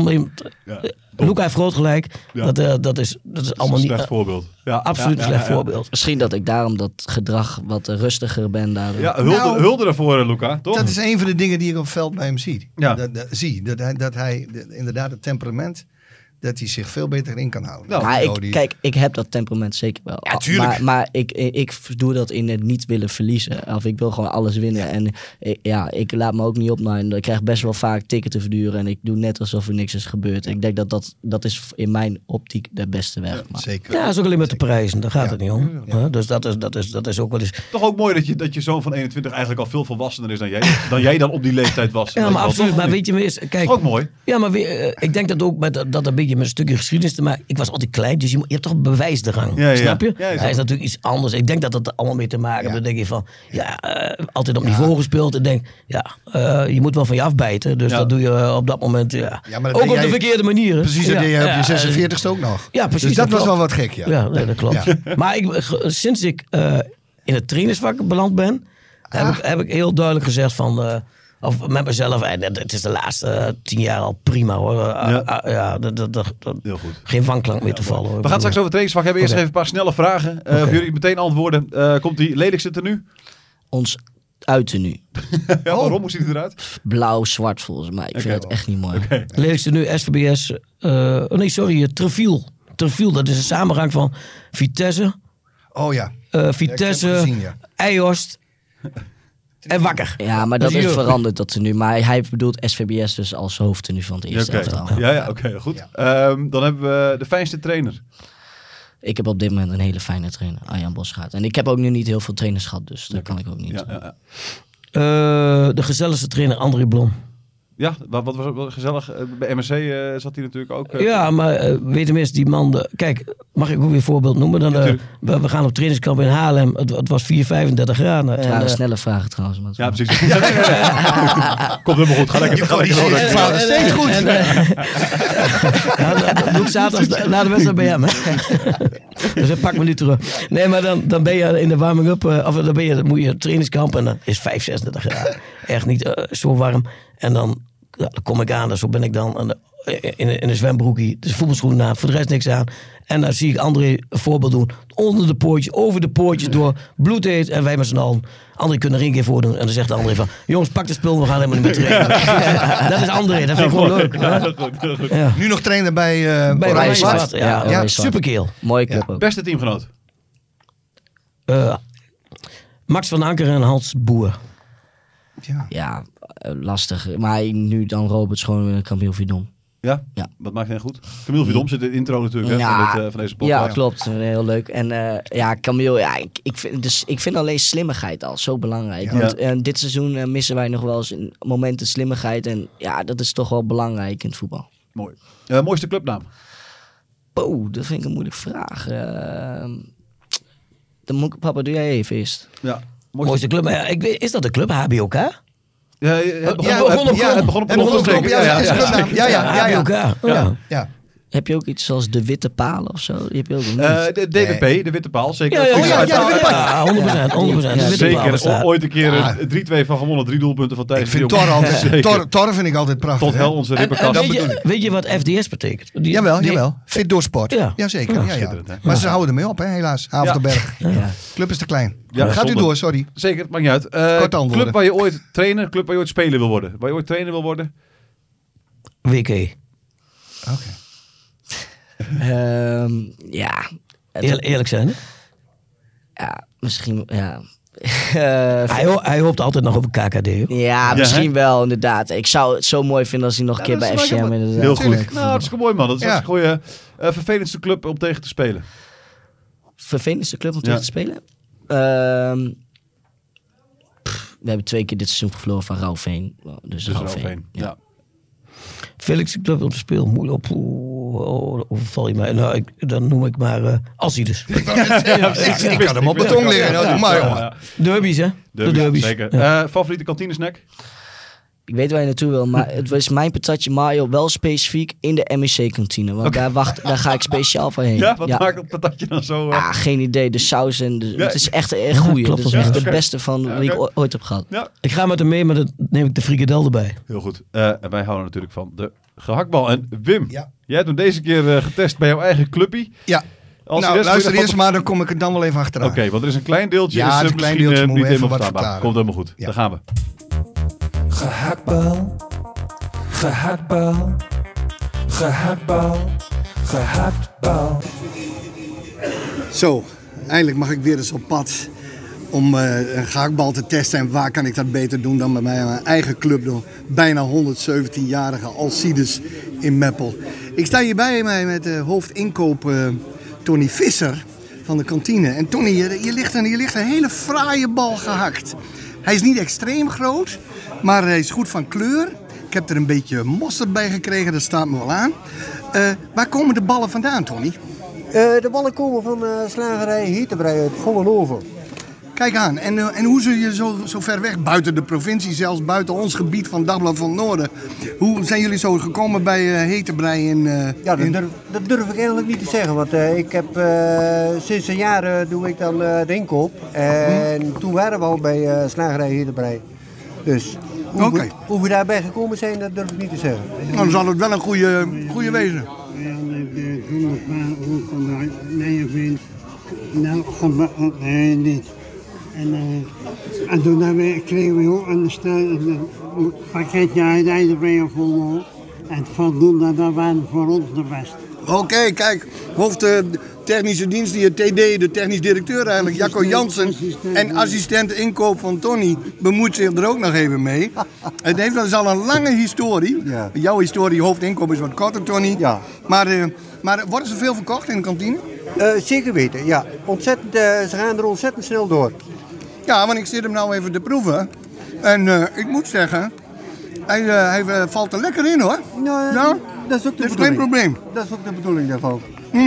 Luca heeft groot gelijk. Ja. Dat is allemaal niet... Een slecht voorbeeld. Ja, absoluut een slecht voorbeeld. Misschien dat ik daarom dat gedrag wat rustiger ben. Daardoor. Ja, hulde ervoor, Luca, toch? Dat is een van de dingen die ik op het veld bij hem zie. Ja. Dat hij inderdaad het temperament... dat hij zich veel beter in kan houden. Kijk, ik heb dat temperament zeker wel. Ja, tuurlijk. Maar ik doe dat in het niet willen verliezen. Of ik wil gewoon alles winnen. En ik laat me ook niet opnaaien. Ik krijg best wel vaak tikken te verduren. En ik doe net alsof er niks is gebeurd. Ik denk dat is in mijn optiek de beste weg. Ja, zeker. Ja, dat is ook alleen met de prijzen. Daar gaat het niet om. Ja. Dus dat is ook wel eens... Toch ook mooi dat je zoon van 21 eigenlijk al veel volwassener is dan jij dan op die leeftijd was. Ja, maar absoluut. Maar weet je, kijk... Ook mooi. Ja, maar ik denk dat ook dat een beetje beetje met een stukje geschiedenis te maken. Ik was altijd klein, dus je hebt toch een bewijsdrang. Ja. Snap je? Ja, Hij is natuurlijk iets anders. Ik denk dat dat er allemaal mee te maken heeft. Ja. Dan denk je van, altijd op niveau gespeeld. En denk, je moet wel van je afbijten. Dus dat doe je op dat moment, maar dat ook deed op de jij- verkeerde manier. Precies, dat Ja, deed je op ja, je 46ste ook nog. Ja, precies. Dus dat was klopt. wel wat gek, ja. Ja, nee, dat klopt. Ja. Maar sinds ik in het trainersvak beland ben, heb ik heel duidelijk gezegd van... Of met mezelf, het is de laatste 10 jaar al prima hoor. Heel goed. Geen vanklank meer te vallen. Hoor. We gaan straks over het trainingsvak hebben. Eerst Oké. even een paar snelle vragen. Voor jullie meteen antwoorden. Komt die lelijkste tenue? Ons uiternu. Ja, waarom? Hoe ziet het eruit? Blauw-zwart volgens mij. Ik vind het echt niet mooi. Lelijkste nu SVBS. Treviel. Treviel, dat is een samengang van Vitesse, Oh ja. Vitesse, Ja, ik heb het gezien, ja. Eijhorst en Wakker. Ja, maar dat is is hier. veranderd dat tenue. Maar hij bedoelt SVBS dus als hoofdtenue van het eerste elftal. Oké, goed. Dan hebben we de fijnste trainer. Ik heb op dit moment een hele fijne trainer, Arjan Bosgaard. En ik heb ook nu niet heel veel trainers gehad, dus dat kan ik ook niet. De gezelligste trainer André Blom. Ja, wat was ook wel gezellig. Bij MSC zat hij natuurlijk ook. Ja, maar weet je mis, die man... kijk, mag ik ook weer een voorbeeld noemen? Dan, we gaan op trainingskamp in Haarlem. Het was 4, 35 graden. Het waren snelle vragen trouwens. Maar Ja, precies. Komt helemaal goed. Ga lekker door. Steeds goed. Dat doe ik zaterdag na de wedstrijd bij hem. Hè? Dus dat pak me nu terug. Nee, maar dan ben je in de warming-up. Of dan moet je trainingskamp en dan is 5, 36 graden. Echt niet zo warm. En dan kom ik aan. Zo ben ik dan in een zwembroekie. Dus voetbalschoenen aan. Voor de rest niks aan. En dan zie ik André een voorbeeld doen. Onder de poortjes, over de poortjes door. Bloed heet. En wij met z'n allen. André kunnen er één keer voor doen. En dan zegt André van... Jongens, pak de spul. We gaan helemaal niet meer trainen. Dat is André. Dat vind ik gewoon leuk. Ja, goed. Ja. Nu nog trainer bij Bij Oranje Zwart. Zwart. Ja, Oranje Zwart. superkeel. mooie club ook. Beste teamgenoot. Max van Anker en Hans Boer. Ja, lastig. Maar nu dan Robert Schoon en Camille Vidon. Ja? Ja. Wat maakt hij goed? Camille Vidom zit in de intro natuurlijk hè, van deze podcast. Ja, klopt. Heel leuk. En Camille, ik vind alleen slimmigheid al zo belangrijk. Ja. Want dit seizoen missen wij nog wel eens momenten slimmigheid. En ja, dat is toch wel belangrijk in het voetbal. Mooi. Mooiste clubnaam? Dat vind ik een moeilijke vraag. Papa, doe jij even eerst. Ja. Mooiste club. Maar ja, is dat de club? HBOK? Ja, het begon op de begon op de zeker. ja, is een clubnaam. Ja. HBOK. Ja. Heb je ook iets zoals de Witte Palen of zo? Die heb je ook nog niet. De DWP, de Witte Paal, zeker. Ja, 100%. Zeker, ooit een keer 3-2 van gewonnen, 3 doelpunten van Thijs. Ik vind Zeker. Tor vind ik altijd prachtig. Tot hel onze ribbenkast. Weet je wat FDS betekent? Jawel. Fit door sport. Ja. Jazeker. Ja. schitterend, hè? Maar ze houden ermee op, hè, helaas. Haventerberg. Ja. Club is te klein. Ja, Gaat u zonde. door, sorry. Zeker, het maakt niet uit. Kort antwoorden. Club waar je ooit trainer, club waar je ooit speler wil worden. Waar je ooit trainer wil worden? WK. Oké. Ja. Eerlijk zijn, hè? Ja, misschien. Ja. Hij hoopt altijd nog op een KKD. Hoor. Ja, misschien wel, inderdaad. Ik zou het zo mooi vinden als hij nog een keer dat bij is FCM wel- inderdaad. Heel goed. Tuurlijk. Nou, dat is mooi man. Dat is Ja. een goede vervelendste club om tegen te spelen. Vervelendste club om Ja. tegen te spelen? We hebben 2 keer dit seizoen verloren van Rauwveen. Dus Rauwveen. Ja. Felix Club op de speel. Moeilijk. Val je mij? Nou, dan noem ik maar Alcides. Ik had hem op de tong liggen. Nou, doe maar, jongen. Derbies, hè? De derbies. Zeker. Ja. Favoriete kantinesnack? Ik weet waar je naartoe wil, maar het was mijn patatje Mayo wel specifiek in de MEC-kantine. Want daar ga ik speciaal voor heen. Ja, wat maakt dat patatje dan zo? Ah, geen idee. De saus en Ja. het is echt een goeie. klopt, Het is dat echt is de oké. beste van Ja, die oké. ik ooit heb gehad. Ja, Ik ga met hem mee, maar dan neem ik de frikadel erbij. heel goed. En wij houden natuurlijk van de gehaktbal. En Wim, Ja. jij hebt hem deze keer getest bij jouw eigen clubpie. Ja. Als Nou, eerste luister wil je eerst maar, dan kom ik er dan wel even achteraan. Oké, want er is een klein deeltje. Ja, is, het is een klein misschien, deeltje, niet moeten we helemaal even wat verstaanbaar. verklaren. Komt helemaal goed. Ja. Daar gaan we. Gehaktbal, gehaktbal, gehaktbal, gehaktbal. Zo, eindelijk mag ik weer eens op pad om een gehaktbal te testen. En waar kan ik dat beter doen dan bij mijn eigen club, door bijna 117-jarige Alcides in Meppel. Ik sta hier bij mij met hoofdinkoop Tony Visser van de kantine. En Tony, hier ligt een hele fraaie bal gehakt. Hij is niet extreem groot, maar hij is goed van kleur. Ik heb er een beetje mosterd bij gekregen, dat staat me wel aan. Waar komen de ballen vandaan, Tony? De ballen komen van slagerij Heetebrei uit Vollenhoven. Kijk aan, en hoe zul je zo ver weg, buiten de provincie, zelfs buiten ons gebied van Dagblad van het Noorden, hoe zijn jullie zo gekomen bij Heetebrei in... Dat durf ik eigenlijk niet te zeggen, want ik heb sinds een jaar doe ik dan de inkoop. En toen waren we al bij slagerij Heetebrei. Dus hoe we daarbij gekomen zijn, dat durf ik niet te zeggen. Dan zal het wel een goede wezen. Niet. En toen kregen we ook een pakketje uit Heetebrei of Vollenhoven. En voldoende, dat waren voor ons de beste. Oké, kijk, hoofd technische dienst, die TD, de technisch directeur eigenlijk, Jacco Jansen, en assistent inkoop van Tony, bemoeit zich er ook nog even mee. Het heeft dus al een lange historie. Ja. Jouw historie, hoofdinkoop, is wat korter, Tony. Ja. Maar worden ze veel verkocht in de kantine? Zeker weten, ja. Ontzettend, ze gaan er ontzettend snel door. Ja, want ik zit hem nou even te proeven. En ik moet zeggen, hij valt er lekker in, hoor. Nou, Ja? dat is ook de Dat is bedoeling. geen probleem. Dat is ook de bedoeling daarvan.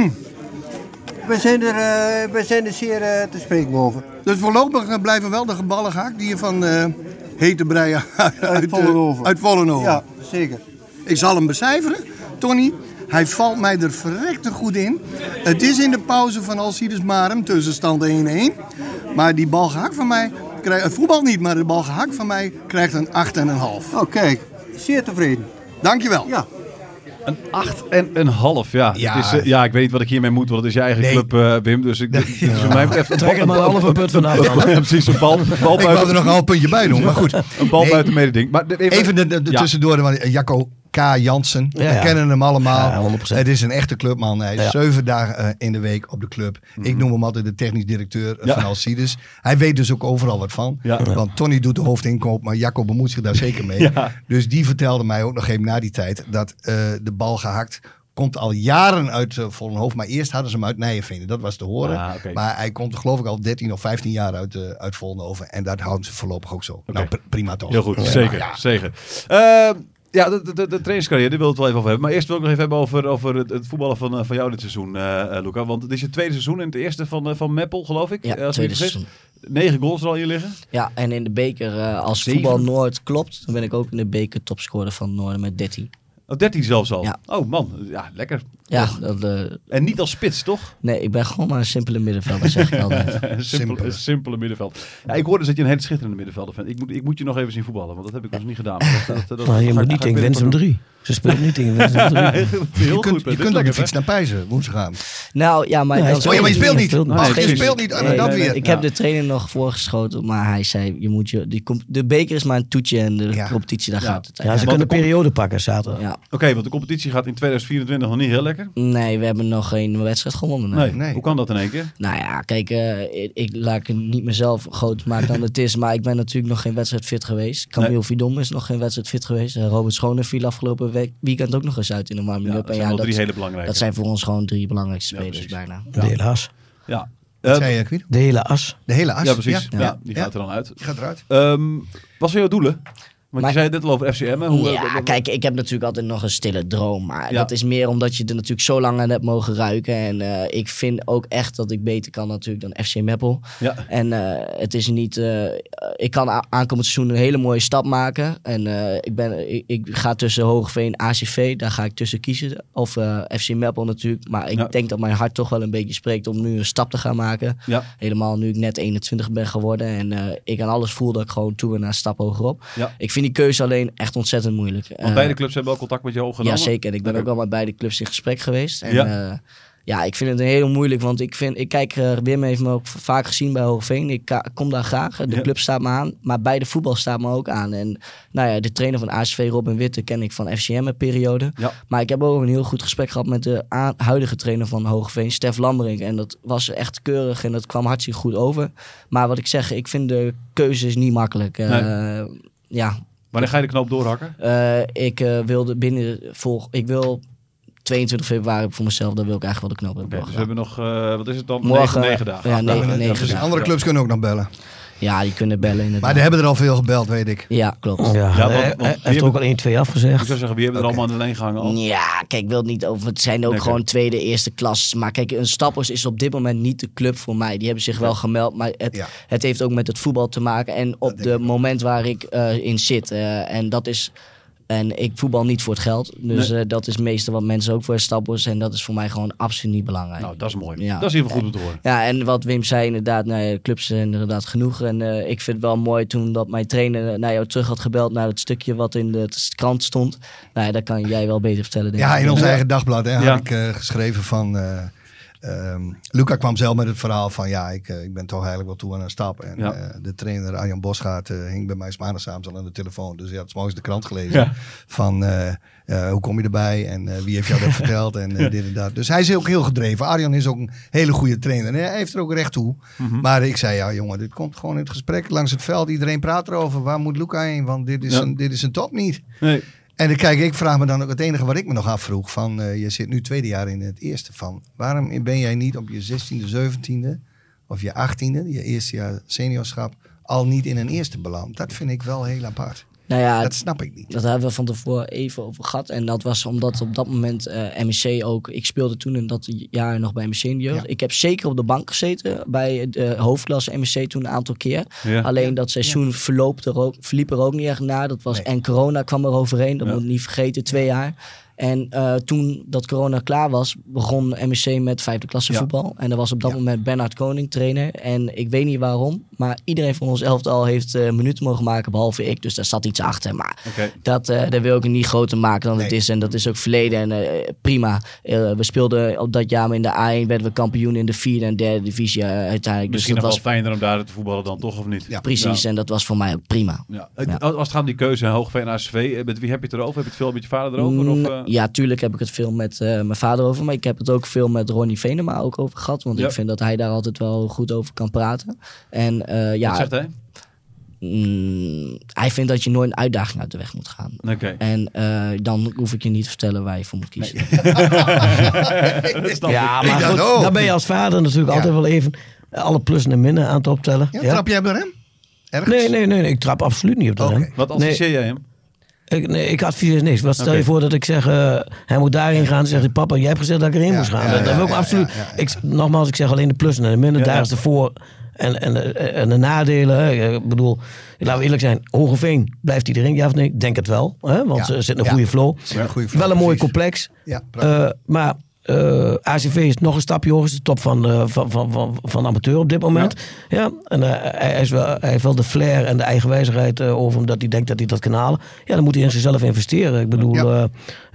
We zijn er zeer te spreken over. Dus voorlopig blijven wel de geballen gehakt die je van Heetebrei uit Vollenhoven. uit Vollenhoven. Ja, zeker. Ik zal hem becijferen, Tony. Hij valt mij er verrekte goed in. Het is in de pauze van Alcides Marum, tussenstand 1-1. Maar die bal gehakt van mij, het voetbal niet, maar de bal gehakt van mij krijgt een 8,5. Oh, kijk. Zeer tevreden. Dankjewel. Ja. Een 8,5, ja. Ja. Het is, ik weet niet wat ik hiermee moet, want het is je eigen club, Wim. Dus dus voor mij betreft... Trek er maar een halve punt vanaf dan. Ja, precies, een bal Ik wou er buiten, nog een half puntje bij doen, maar goed. een bal buiten mededing. Maar Even de tussendoor, want Jacco K. Jansen, Ja, we ja. kennen hem allemaal. Ja, 100%. Het is een echte clubman. Hij is Ja. 7 dagen in de week op de club. Ik noem hem altijd de technisch directeur Ja. van Alcides. Hij weet dus ook overal wat van. Ja. Want Tony doet de hoofdinkoop, maar Jacco bemoeit zich daar zeker mee. Ja. Dus die vertelde mij ook nog even na die tijd dat de bal gehakt komt al jaren uit Vollenhoven. Maar eerst hadden ze hem uit Nijenveen. Dat was te horen. Ah, oké. Maar hij komt geloof ik al 13 of 15 jaar uit Vollenhoven. En dat houden ze voorlopig ook zo. Nou, prima toch. Heel goed, Ja, zeker. ja. Zeker. De trainingscarrière, daar wil ik het wel even over hebben. Maar eerst wil ik nog even hebben over het voetballen van jou dit seizoen, Luca. Want het is je tweede seizoen en het eerste van Meppel, geloof ik. Ja, Als ik me tweede niet vergis. seizoen. 9 goals er al in liggen. Ja, en in de beker, als 7? voetbal Noord klopt, dan ben ik ook in de beker topscorer van Noorden met 13. Oh, 13 zelfs al. Ja. Oh man, ja, lekker. Ja, En niet als spits, toch? nee, ik ben gewoon maar een simpele middenvelder, zeg ik altijd. Een simpele middenveld. Ja, ik hoorde dus dat je een hele schitterende middenvelder bent. Ik moet je nog even zien voetballen, want dat heb ik dus niet gedaan. Maar Maar je moet niet tegen Winsum 3. Ze speelt niet tegen Winsum 3. Heel Je kunt, goed. je kunt op de fiets naar Pijzen woensdagavond. Nou, ja, maar... Nee, hij dat- speelt maar je speelt niet. Hij Oh, speelt je niet. speelt niet. Nee, Dat weer. ik heb de trainer nog voorgeschoten, maar hij zei, de beker is maar een toetje en de Ja. competitie, daar Ja. gaat het Ja, ze uiteindelijk. kunnen een periode pakken zaterdag. Ja. Oké, want de competitie gaat in 2024 nog niet heel lekker. Nee, we hebben nog geen wedstrijd gewonnen. Nee. Nee. Hoe kan dat in één keer? Nou ja, kijk, ik laat het niet mezelf groot maken dan het is. Maar ik ben natuurlijk nog geen wedstrijd fit geweest. Camille Vidom is nog geen wedstrijd fit geweest. Robert Schooner viel afgelopen weekend ook nog eens uit in de warming-up. dat En zijn wel ja, drie hele belangrijke. dat zijn voor ons gewoon 3 belangrijkste Ja, spelers precies. bijna. De hele as. Ja. Wat zei je, Guido? De hele as. De hele as? Ja, precies. Ja. Ja, die Ja. gaat er dan uit. Die gaat eruit. Wat zijn jouw doelen? Want Maar- je zei het net al over FCM. Ja, kijk, ik heb natuurlijk altijd nog een stille droom. Maar Ja. dat is meer omdat je er natuurlijk zo lang aan hebt mogen ruiken. En ik vind ook echt dat ik beter kan natuurlijk dan FC Meppel. Ja. En het is niet... ik kan aankomend seizoen een hele mooie stap maken. En ik ga tussen Hoogeveen en ACV. Daar ga ik tussen kiezen. Of FC Meppel natuurlijk. Maar ik Ja. denk dat mijn hart toch wel een beetje spreekt om nu een stap te gaan maken. Ja. Helemaal nu ik net 21 ben geworden. En ik aan alles voel dat ik gewoon toe ben naar een stap hogerop. Ja. Ik vind die keuze alleen echt ontzettend moeilijk. Want beide clubs hebben wel contact met jou opgenomen. Ja, zeker. En ik ben Oké. ook al met beide clubs in gesprek geweest. En Ja. ja, ik vind het heel moeilijk, want ik kijk, Wim heeft me ook vaak gezien bij Hoogeveen. Ik kom daar graag. De Ja. club staat me aan, maar bij de voetbal staat me ook aan. En nou ja, de trainer van ACV, Robin Witte, ken ik van FCM een periode. Ja. Maar ik heb ook een heel goed gesprek gehad met de huidige trainer van Hoogeveen, Stef Lamberink. En dat was echt keurig en dat kwam hartstikke goed over. Maar wat ik zeg, ik vind de keuzes niet makkelijk. Ja, Wanneer ga je de knoop doorhakken? ik wilde ik wil 22 februari voor mezelf, dan wil ik eigenlijk wel de knoop Oké, hebben dus we doorgehakt. hebben nog, wat is het dan? Morgen, 9 dagen. ja, Acht negen- dagen. negen precies. Dus andere clubs kunnen ook nog bellen. Ja, die kunnen bellen inderdaad. Maar er hebben er al veel gebeld, weet ik. Ja, klopt. Hij heeft er ook al 1-2 afgezegd. Ik zou zeggen, wie hebben er allemaal aan de lijn gehangen al? Ja, kijk, ik wil het niet over. Het zijn ook gewoon tweede, eerste klas. Maar kijk, een Stappers is op dit moment niet de club voor mij. Die hebben zich wel gemeld, maar het heeft ook met het voetbal te maken. En op het moment waar ik in zit. En dat is... En ik voetbal niet voor het geld. Dus dat is meestal wat mensen ook voor Stappers. En dat is voor mij gewoon absoluut niet belangrijk. Nou, dat is mooi. Ja. Dat is in ieder geval goed om te horen. Ja, en wat Wim zei inderdaad, de clubs zijn inderdaad genoeg. En ik vind het wel mooi toen dat mijn trainer naar jou terug had gebeld naar het stukje wat in de krant stond. Nou ja, dat kan jij wel beter vertellen. Denk ik. Ja, in ons eigen dagblad had ik geschreven van... Luca kwam zelf met het verhaal van ik ben toch eigenlijk wel toe aan een stap. En de trainer Arjan Bosgaard hing bij mij 's maandagavond al aan de telefoon. Dus hij had 's morgens de krant gelezen van hoe kom je erbij en wie heeft jou dat verteld en dit en dat. Dus hij is ook heel gedreven. Arjan is ook een hele goede trainer. En hij heeft er ook recht toe. Maar ik zei, jongen, dit komt gewoon in het gesprek langs het veld. Iedereen praat erover. Waar moet Luca heen? Want dit is een top niet. Nee. En kijk, ik vraag me dan ook het enige wat ik me nog afvroeg. Van, je zit nu tweede jaar in het eerste van. Waarom ben jij niet op je 16e, 17e of je 18e, je eerste jaar seniorschap, al niet in een eerste beland? Dat vind ik wel heel apart. Nou ja, dat snap ik niet. Dat hebben we van tevoren even over gehad. En dat was omdat op dat moment MSC ook... Ik speelde toen in dat jaar nog bij MSC in de jeugd. Ja. Ik heb zeker op de bank gezeten bij de hoofdklasse MSC toen een aantal keer. Ja. Alleen dat seizoen verliep er ook niet echt na. Dat was, en corona kwam er overheen. Dat moet ik niet vergeten, 2 jaar. En toen dat corona klaar was, begon MSC met 5e klasse voetbal. En er was op dat moment Bernhard Koning trainer. En ik weet niet waarom, maar iedereen van ons elftal heeft minuten mogen maken, behalve ik. Dus daar zat iets achter. Maar dat wil ik niet groter maken dan het is. En dat is ook verleden en prima. We speelden op dat jaar in de A1, werden we kampioen in de 4e en 3e divisie uiteindelijk. Misschien dus nog dat wel fijner om daar te voetballen dan toch, of niet? Ja, precies, en dat was voor mij ook prima. Ja. Als het gaat om die keuze, Hoogveen ASV, met wie heb je het erover? Heb je het veel met je vader erover? Of, Ja, tuurlijk heb ik het veel met mijn vader over. Maar ik heb het ook veel met Ronnie Venema ook over gehad. Want ik vind dat hij daar altijd wel goed over kan praten. En, wat zegt hij? Hij vindt dat je nooit een uitdaging uit de weg moet gaan. Okay. En dan hoef ik je niet te vertellen waar je voor moet kiezen. Nee. Ja, maar goed, dan ben je als vader natuurlijk altijd wel even alle plussen en minnen aan het optellen. Ja, trap jij op de rem? Ergens? Nee, ik trap absoluut niet op de rem. Wat adviseer jij hem? Ik adviseer niks. Wat stel je voor dat ik zeg, hij moet daarin gaan. Dan zegt hij, papa, jij hebt gezegd dat ik erin moest gaan. Dat wil ik absoluut. Nogmaals, ik zeg alleen de plussen en de minnen. Daar is de voor- en de nadelen. Ik bedoel, laten we eerlijk zijn. Hogeveen, blijft hij erin? Ja of nee? Ik denk het wel. Hè? Want er zit een goede flow. Wel een mooi complex. Maar ACV is nog een stapje hoger. Is de top van amateur op dit moment. Ja, en hij heeft wel de flair en de eigenwijzigheid over omdat hij denkt dat hij dat kan halen. Ja, dan moet hij in zichzelf investeren. Ik bedoel...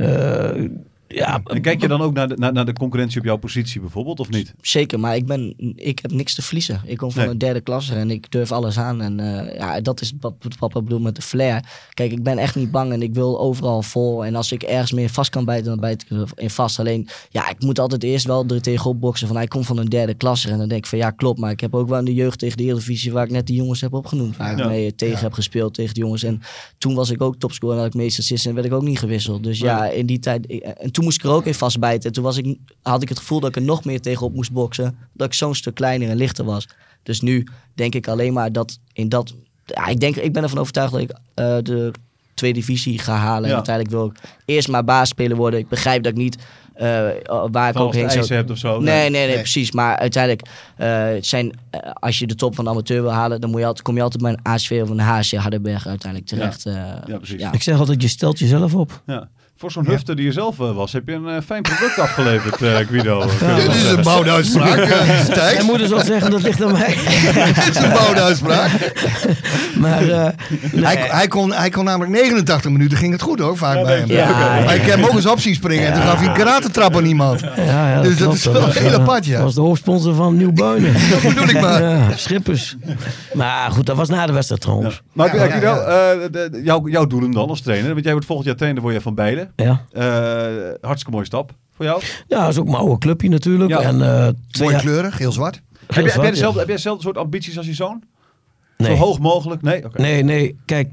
En kijk je dan ook naar de concurrentie op jouw positie bijvoorbeeld, of niet? Zeker, maar ik heb niks te verliezen. Ik kom van een 3e klasse en ik durf alles aan. En dat is wat papa bedoelt met de flair. Kijk, ik ben echt niet bang en ik wil overal vol. En als ik ergens meer vast kan bijten, dan bijt ik in vast. Alleen, ik moet altijd eerst wel er tegenop boksen van hij komt van een 3e klasse. En dan denk ik van klopt, maar ik heb ook wel in de jeugd tegen de Eredivisie waar ik net die jongens heb opgenoemd. Waar ik mee tegen heb gespeeld tegen die jongens. En toen was ik ook topscorer en had ik meeste assists en werd ik ook niet gewisseld. Dus in die tijd... En toen moest ik er ook in vastbijten. Toen had ik het gevoel dat ik er nog meer tegenop moest boksen. Dat ik zo'n stuk kleiner en lichter was. Dus nu denk ik alleen maar dat in dat... ik ben ervan overtuigd dat ik de 2e divisie ga halen. En uiteindelijk wil ik eerst maar basisspeler worden. Ik begrijp dat ik niet... waar ik ook heen zou... hebt of zo. Nee, precies. Maar uiteindelijk als je de top van de amateur wil halen, dan kom je altijd bij een ASV of een HSC Hardenberg uiteindelijk terecht. Precies. Ik zeg altijd, je stelt jezelf op. Ja. Voor zo'n hufte die je zelf was, heb je een fijn product afgeleverd, Guido. Dit is een bouwuitspraak. Mijn moeder zal zeggen, dat ligt aan mij. Dit is een bouwuitspraak. Maar hij kon namelijk 89 minuten, ging het goed hoor, vaak bij hem. Maar ik heb hem ook eens op zien springen en toen gaf hij een karatentrap aan iemand. Dus dat is wel heel apart, Dat was de hoofdsponsor van Nieuw Buinen. Dat bedoel ik maar. Ja, Schippers. Maar goed, dat was na de wedstrijd trouwens. Maar Guido, jouw doelen dan als trainer? Want jij wordt volgend jaar trainer, word je van beide. Ja. Hartstikke mooie stap voor jou. Ja, dat is ook mijn oude clubje natuurlijk. Ja. En, mooi kleurig, heel zwart. Heb jij dezelfde soort ambities als je zoon? Nee. Zo hoog mogelijk? Nee? Okay. Nee. Kijk,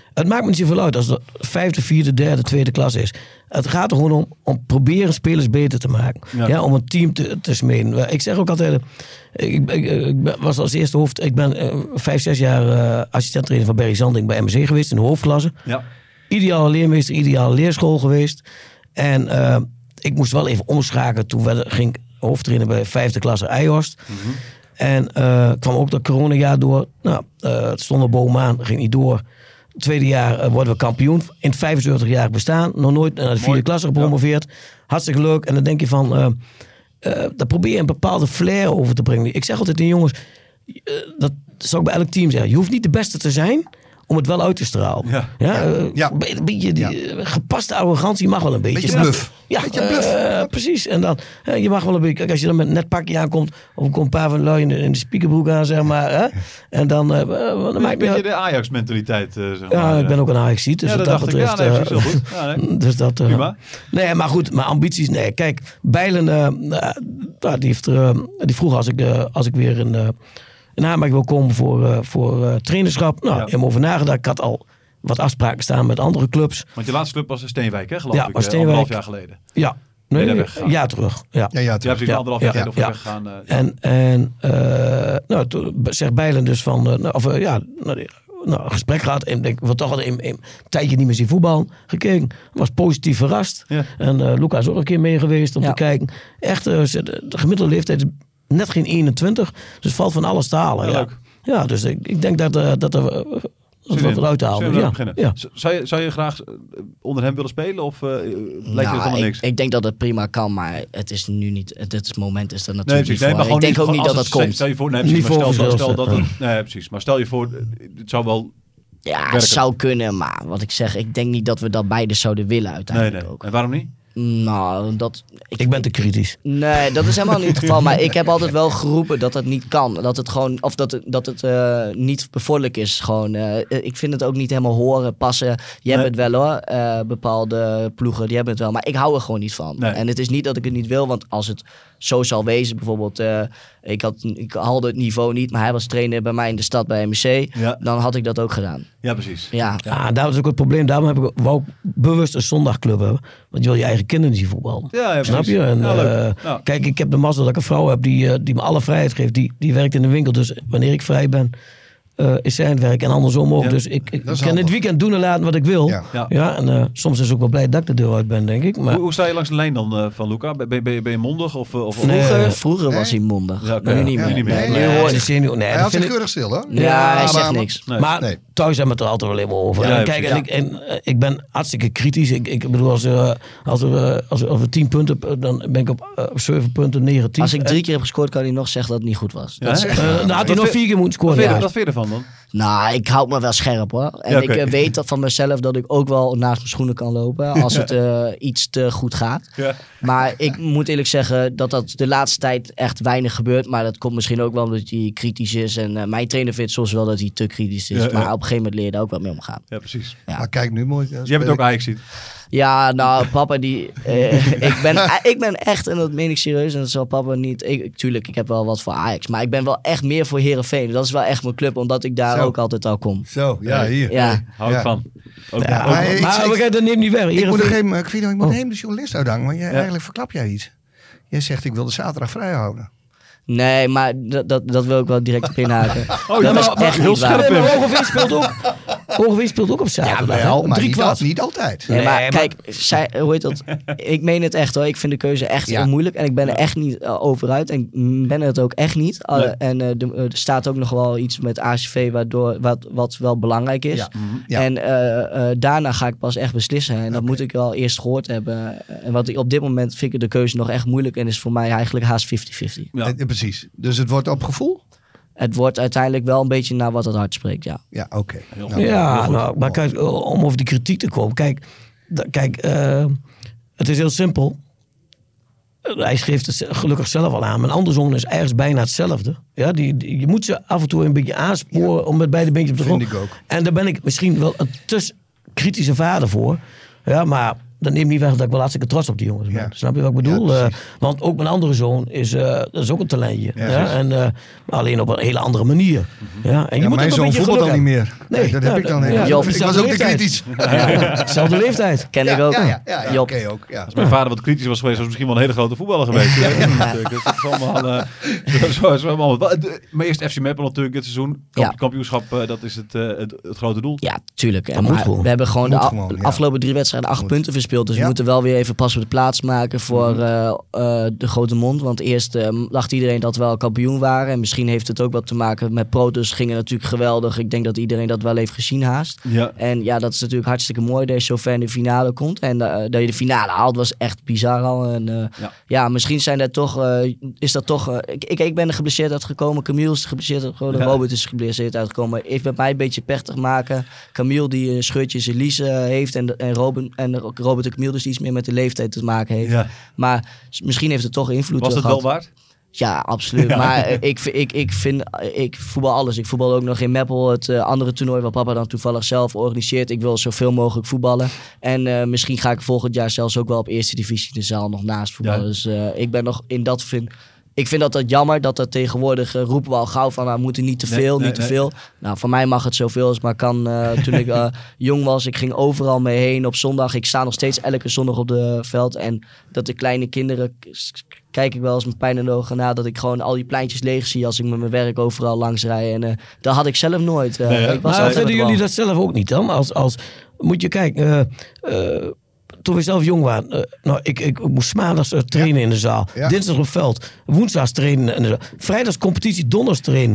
Het maakt me niet zoveel uit als het 5e, 4e, 3e, 2e klas is. Het gaat er gewoon om proberen spelers beter te maken. Ja. Ja, om een team te smeden. Ik zeg ook altijd, ik was als eerste hoofd, ik ben 5-6 jaar assistent-trainer van Berry Zanding bij MSC geweest in de hoofdklasse. Ja. Ideale leermeester, ideale leerschool geweest. En ik moest wel even omschakelen. Toen ging ik hoofdtrainer bij 5e klasse Eijhorst. Mhm. En kwam ook dat coronajaar door. Nou, het stond er bovenaan, ging niet door. Tweede jaar worden we kampioen. In het 75 jaar bestaan. Nog nooit naar de 4e klasse gepromoveerd. Ja. Hartstikke leuk. En dan denk je van... daar probeer je een bepaalde flair over te brengen. Ik zeg altijd tegen jongens... dat zou ik bij elk team zeggen. Je hoeft niet de beste te zijn... om het wel uit te stralen. Een beetje die gepaste arrogantie mag wel een beetje. Beetje bluff. Ja, beetje bluff. Precies. En dan, je mag wel een beetje... Kijk, als je dan met een net pakje aankomt... of er komt een paar van lui in de spiekerbroek aan, zeg maar. Hè? En dan maakt een beetje de Ajax-mentaliteit, zeg maar. Ja, ik ben ook een Ajax-ziet. Dus dat dat dacht betreft... ik. Ja, nee, precies, heel goed. Ja, nee. Dus dat... Prima. Nee, maar goed. Maar ambities... Nee, kijk. Bijlen... die vroeg als ik weer in aanmerking wil komen voor trainerschap. Nou, ik heb over nagedacht. Ik had al wat afspraken staan met andere clubs. Want je laatste club was Steenwijk, hè, geloof ik. Was Steenwijk. 1,5 jaar geleden. Ja. Nee, een jaar terug. Ja, precies. 1,5 jaar geleden of weggegaan. En toen zegt Bijlen dus van... een gesprek gehad. En ik wil toch al een tijdje niet meer zien voetbal. Gekeken. Was positief verrast. Ja. En Luca is ook een keer mee geweest om te kijken. Echt, de gemiddelde leeftijd is net geen 21. Dus valt van alles te halen. Ja, leuk. Ja, dus ik denk dat er wat eruit te halen. Ja. Zou je graag onder hem willen spelen? Of lijkt het helemaal niks? Ik denk dat het prima kan, maar het is nu niet... Het moment is er natuurlijk niet voor. Ik denk ook niet dat dat komt. Stel je voor... Nee, stel dat het... Nee, precies. Maar stel je voor, het zou wel... Ja, het zou kunnen, maar wat ik zeg, ik denk niet dat we dat beide zouden willen uiteindelijk ook. En waarom niet? Nou, ik ben te kritisch. Nee, dat is helemaal niet het geval. Maar ik heb altijd wel geroepen dat het niet kan. Dat het gewoon, of dat het niet bevorderlijk is. Gewoon, ik vind het ook niet helemaal horen, passen. Je hebt het wel hoor. Bepaalde ploegen, die hebben het wel. Maar ik hou er gewoon niet van. Nee. En het is niet dat ik het niet wil. Want als het zo zal wezen, bijvoorbeeld... Ik haalde het niveau niet, maar hij was trainer bij mij in de stad bij MSC. Ja. Dan had ik dat ook gedaan. Ja, precies. Ja. Daar was ook het probleem. Daarom wou ik bewust een zondagclub hebben. Want je wil je eigen kinderen zien voetballen. Ja, snap je? En, kijk, ik heb de mazzel dat ik een vrouw heb die me alle vrijheid geeft. Die werkt in de winkel. Dus wanneer ik vrij ben, is zij aan het werk. En andersom ook. Ja. Dus ik kan dit weekend doen en laten wat ik wil. Ja. En soms is het ook wel blij dat ik de deur uit ben, denk ik. Maar... Hoe sta je langs de lijn dan van Luca? Ben je mondig? Vroeger was hij mondig. Ja, nu niet meer. Hij had zich keurig stil, hoor. Ja, hij zegt niks. Maar thuis hebben we het er altijd wel even over. Ja, kijk, ik ben hartstikke kritisch. Ik bedoel, als we 10 punten, dan ben ik op 7 punten negatief. Als ik 3 keer heb gescoord, kan hij nog zeggen dat het niet goed was. Dan had hij nog 4 keer moeten scoren. Wat vind je ervan dan? Nou, ik houd me wel scherp hoor. En ik weet dat van mezelf dat ik ook wel naast mijn schoenen kan lopen als het iets te goed gaat. Ja. Maar ik moet eerlijk zeggen dat de laatste tijd echt weinig gebeurt. Maar dat komt misschien ook wel omdat hij kritisch is. En mijn trainer vindt soms wel dat hij te kritisch is. Maar op een gegeven moment leer je daar ook wel mee omgaan. Ja, precies. Ja. Maar kijk nu mooi. Jij bent ook Ajax ziet. Ja, nou, papa die... ik ben echt, en dat meen ik serieus, en dat zal papa niet... Tuurlijk, ik heb wel wat voor Ajax, maar ik ben wel echt meer voor Heerenveen. Dat is wel echt mijn club, omdat ik daar ook altijd al kom. Zo, ja, hier. Ja. Hou ik van. Maar dat neemt niet weg. Ik moet hem de journalist uitdanken, maar eigenlijk verklap jij iets. Jij zegt, ik wil de zaterdag vrij houden. Nee, maar dat wil ik wel direct op inhaken. Dat is echt heel scherp. Hogeveen speelt ook op zaterdag. Ja, wel, maar niet altijd. Nee, maar kijk, hoe heet dat? Ik meen het echt hoor. Ik vind de keuze echt heel moeilijk. En ik ben er echt niet over uit. En ik ben het ook echt niet. Nee. En er staat ook nog wel iets met ACV wat wel belangrijk is. Ja. En daarna ga ik pas echt beslissen. En dat moet ik wel eerst gehoord hebben. En wat ik op dit moment vind ik de keuze nog echt moeilijk. En is voor mij eigenlijk haast 50-50. Ja. Precies. Dus het wordt op gevoel? Het wordt uiteindelijk wel een beetje naar wat het hart spreekt, ja. Ja, oké. Maar kijk, om over die kritiek te komen. Kijk, het is heel simpel. Hij schreef het gelukkig zelf al aan. Mijn andere zoon is ergens bijna hetzelfde. Ja, je moet ze af en toe een beetje aansporen om met beide beentjes op de grond. Vind ik ook. En daar ben ik misschien wel een te kritische vader voor. Ja, maar dat neemt niet weg dat ik wel hartstikke trots op die jongens ben. Snap je wat ik bedoel? Want ook mijn andere zoon dat is ook een talentje. En alleen op een hele andere manier. Ja, en je moet mijn zoon voetbalt al niet meer. Nee, dat heb ik dan niet. Ik was ook te kritisch. Dezelfde leeftijd. Ken ik ook. Ja, oké ook. Als mijn vader wat kritisch was geweest, was misschien wel een hele grote voetballer geweest. Dus dat is allemaal... Maar eerst FC Meppel natuurlijk dit seizoen. Kampioenschap, dat is het grote doel. Ja, tuurlijk. We hebben gewoon de afgelopen 3 wedstrijden 8 punten verspeeld. Dus we moeten wel weer even pas op de plaats maken voor de grote mond. Want eerst dacht iedereen dat we wel kampioen waren. En misschien heeft het ook wat te maken met Protos. Gingen natuurlijk geweldig. Ik denk dat iedereen dat wel heeft gezien haast. Ja. En ja, dat is natuurlijk hartstikke mooi dat je zo ver in de finale komt. En dat je de finale haalt was echt bizar al. En misschien zijn er toch... is dat toch... Ik ben er geblesseerd uitgekomen. Camille is geblesseerd uitgekomen. Robert is geblesseerd uitgekomen. Heeft met mij een beetje pech te maken. Camille die een scheurtje in zijn lies heeft. En Robert en Camille dus iets meer met de leeftijd te maken heeft. Ja. Maar misschien heeft het toch invloed gehad. Was het wel waard? Ja, absoluut. Ja. Maar ik voetbal alles. Ik voetbal ook nog in Meppel, het andere toernooi wat papa dan toevallig zelf organiseert. Ik wil zoveel mogelijk voetballen. En misschien ga ik volgend jaar zelfs ook wel op eerste divisie de zaal nog naast voetballen. Ja. Dus ik ben nog in dat ik vind dat jammer dat er tegenwoordig roepen we al gauw van we moeten niet te veel, niet te veel. Nou, voor mij mag het zoveel als maar kan. Toen ik jong was, ik ging overal mee heen op zondag. Ik sta nog steeds elke zondag op de veld. En dat de kleine kinderen, kijk ik wel eens met pijn in de ogen na, dat ik gewoon al die pleintjes leeg zie als ik met mijn werk overal langs rij. En dat had ik zelf nooit. Maar vinden jullie dat zelf ook niet dan? Als moet je kijken... Toen we zelf jong waren, ik moest maandags trainen in de zaal. Ja. Dinsdag op veld. Woensdags trainen in de zaal. Vrijdags competitie, donderdags trainen.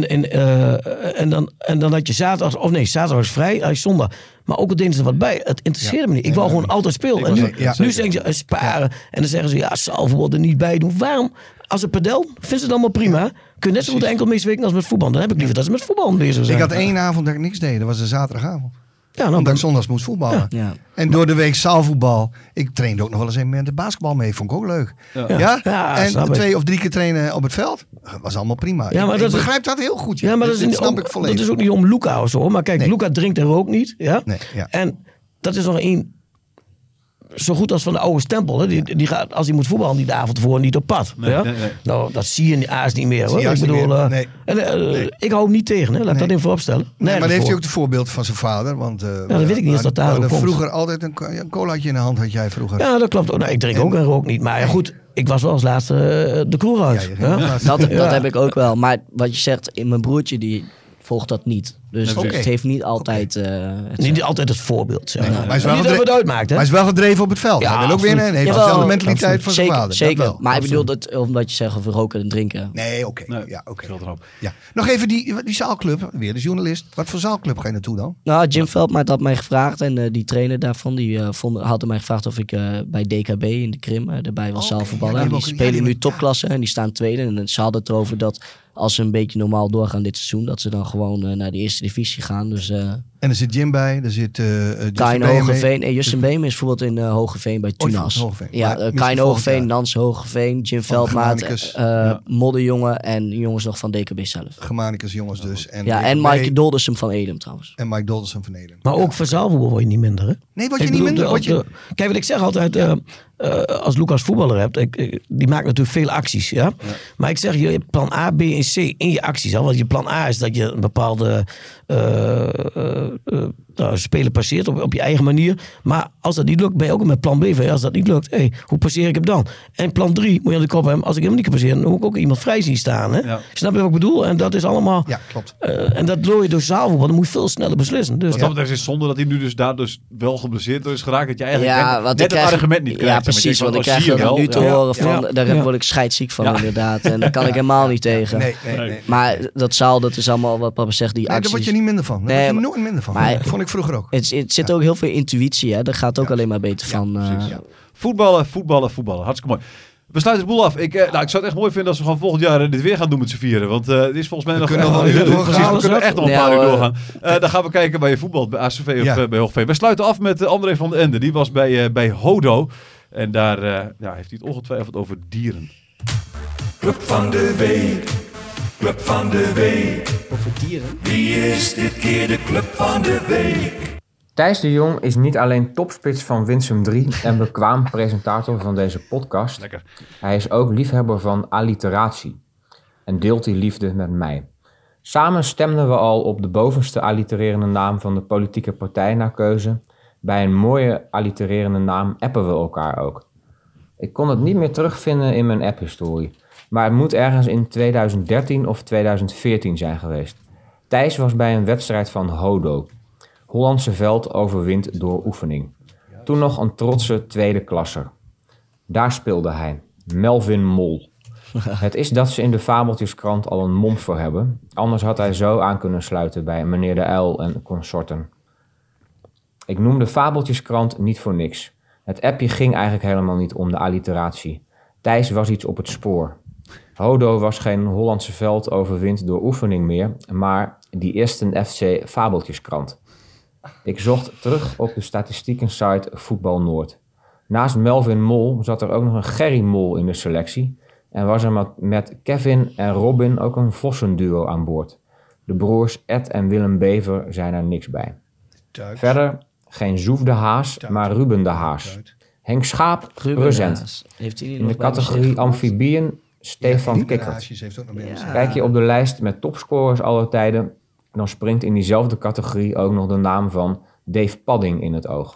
En dan had je zaterdag was vrij, had je zondag. Maar ook al deden ze wat bij. Het interesseerde me niet. Ik wou gewoon altijd spelen. En nu zeggen ze sparen. En dan zeggen ze, zaalvoetbal er niet bij doen. Waarom? Als een padel, vinden ze het allemaal prima. Kun je net zo goed enkel meesweken als met voetbal. Dan heb ik liever dat ze met voetbal bezig zijn. Ik had 1 avond dat ik niks deed. Dat was een zaterdagavond. Ja, omdat ik zondags moest voetballen. Ja. En door de week zaalvoetbal. Ik trainde ook nog wel eens met de basketbal mee. Vond ik ook leuk. Ja? En 2 of 3 keer trainen op het veld. Was allemaal prima. Ja, ik begrijp dat heel goed. Ja, maar dat snap ik volledig. Dat is ook niet om Luca of zo. Maar kijk, Luca drinkt er ook niet. Ja? Nee, en dat is nog één... Zo goed als van de oude stempel. Hè? Die gaat, als hij moet voetballen die de avond ervoor niet op pad. Nee. Nou, dat zie je Aas niet meer. Hoor. Ik bedoel, ik hou hem niet tegen. Hè? Laat dat even vooropstellen. Maar dan heeft hij ook het voorbeeld van zijn vader. Want dat weet ik niet eens dat daar komt. Vroeger altijd een colaatje in de hand had jij vroeger. Ja, dat klopt. Nou, ik drink ook en rook niet. Maar goed, ik was wel als laatste de kroeg uit. Dat heb ik ook wel. Maar wat je zegt, mijn broertje die volgt dat niet. Dus het heeft niet altijd... niet altijd het voorbeeld. Zeg. Nee, maar hij is wel gedreven op het veld. Hij wil ook winnen en heeft dezelfde mentaliteit van zijn vader. Zeker, maar ik bedoel dat omdat je zegt over roken en drinken. Nee, oké. Ja. Nog even die zaalclub, weer de journalist. Wat voor zaalclub ga je naartoe dan? Nou, Jim Veldmaat had mij gevraagd en die trainer daarvan, die had mij gevraagd of ik bij DKB in de Krim erbij wil zaalvoetballen. Die spelen nu topklasse en die staan tweede. En ze hadden het erover dat als ze een beetje normaal doorgaan dit seizoen, dat ze dan gewoon naar de eerste divisie gaan. Dus, en er zit Jim bij, er zit Kain Hogeveen. Justin Beem is bijvoorbeeld in Hogeveen bij Tunas. Kain Hogeveen, Nans Hogeveen, Jim Veldmaat, Modderjongen en jongens nog van DKB zelf. Germanicus jongens dus. En Mike Doldersum van Edem trouwens. En Mike Doldersum van Edem. Maar ook voor zaalvoetbal word je niet minder, hè? Nee, word je niet minder. Kijk, wat ik zeg altijd... als Lucas voetballer hebt, die maakt natuurlijk veel acties. Ja? Maar ik zeg, je hebt plan A, B en C in je acties. Want je plan A is dat je een bepaalde speler passeert op je eigen manier. Maar als dat niet lukt, ben je ook met plan B. Als dat niet lukt, hoe passeer ik hem dan? En plan 3 moet je aan de kop hebben. Als ik hem niet kan passeren, dan moet ik ook iemand vrij zien staan. Hè? Ja. Snap je wat ik bedoel? En dat is allemaal... Ja, klopt. En dat doe je door zaalvoetbal. Dan moet je veel sneller beslissen. Dus, wat dat betreft is het zonde dat hij nu dus daar wel geblesseerd is geraakt. Dat je eigenlijk net het argument niet krijgt. Ja, precies. Want ik krijg dat nu te horen van... Daar word ik scheidsziek van inderdaad. En daar kan ik helemaal niet tegen. Nee. Maar dat is allemaal wat papa zegt, die acties. Daar word je niet minder van. Daar word je nooit minder van. Maar, dat vond ik vroeger ook. Het zit ook heel veel intuïtie. Hè? Daar gaat ook alleen maar beter van. Voetballen. Hartstikke mooi. We sluiten de boel af. Ik zou het echt mooi vinden als we gewoon volgend jaar dit weer gaan doen met z'n vieren. Want het is volgens mij nog... We kunnen echt nog een paar uur doorgaan. Dan gaan we kijken bij je voetbal, bij ACV of bij Hoogveen. We sluiten af met André van den Ende. Die was bij Hodo. En daar heeft hij het ongetwijfeld over dieren. Club van de week. Club van de week. Over dieren? Wie is dit keer de club van de week? Thijs de Jong is niet alleen topspits van Winsum 3 en bekwaam presentator van deze podcast. Lekker. Hij is ook liefhebber van alliteratie en deelt die liefde met mij. Samen stemden we al op de bovenste allitererende naam van de politieke partij naar keuze. Bij een mooie allitererende naam appen we elkaar ook. Ik kon het niet meer terugvinden in mijn apphistorie, maar het moet ergens in 2013 of 2014 zijn geweest. Thijs was bij een wedstrijd van Hodo. Hollandse Veld overwint door oefening. Toen nog een trotse tweede klasser. Daar speelde hij, Melvin Mol. Het is dat ze in de Fabeltjeskrant al een mond voor hebben. Anders had hij zo aan kunnen sluiten bij meneer de Uil en consorten. Ik noem de Fabeltjeskrant niet voor niks. Het appje ging eigenlijk helemaal niet om de alliteratie. Thijs was iets op het spoor. Hodo was geen Hollandse Veld overwint door oefening meer, maar die eerste FC Fabeltjeskrant. Ik zocht terug op de statistiekensite Voetbal Noord. Naast Melvin Mol zat er ook nog een Gerry Mol in de selectie en was er met Kevin en Robin ook een Vossenduo aan boord. De broers Ed en Willem Bever zijn er niks bij. Verder geen Zoef de Haas, maar Ruben de Haas. Henk Schaap, present. In de categorie amfibieën Stefan Kikkert. Kijk je op de lijst met topscorers aller tijden, dan springt in diezelfde categorie ook nog de naam van Dave Padding in het oog.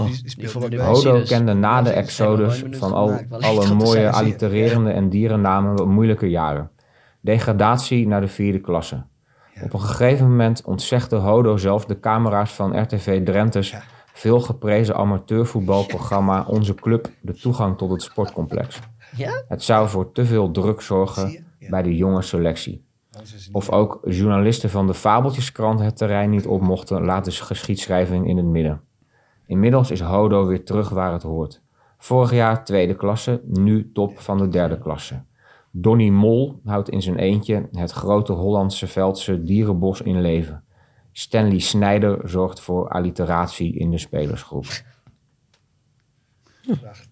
Hodo kende na de exodus van alle mooie allitererende en dierennamen moeilijke jaren. Degradatie naar de 4e klasse. Op een gegeven moment ontzegde Hodo zelfs de camera's van RTV Drenthe's veel geprezen amateurvoetbalprogramma Onze Club de toegang tot het sportcomplex. Ja? Het zou voor te veel druk zorgen bij de jonge selectie. Of ook journalisten van de Fabeltjeskrant het terrein niet op mochten, laat de geschiedschrijving in het midden. Inmiddels is Hodo weer terug waar het hoort. Vorig jaar 2e klasse, nu top van de 3e klasse. Donny Mol houdt in zijn eentje het grote Hollandse Veldse dierenbos in leven. Stanley Snijder zorgt voor alliteratie in de spelersgroep.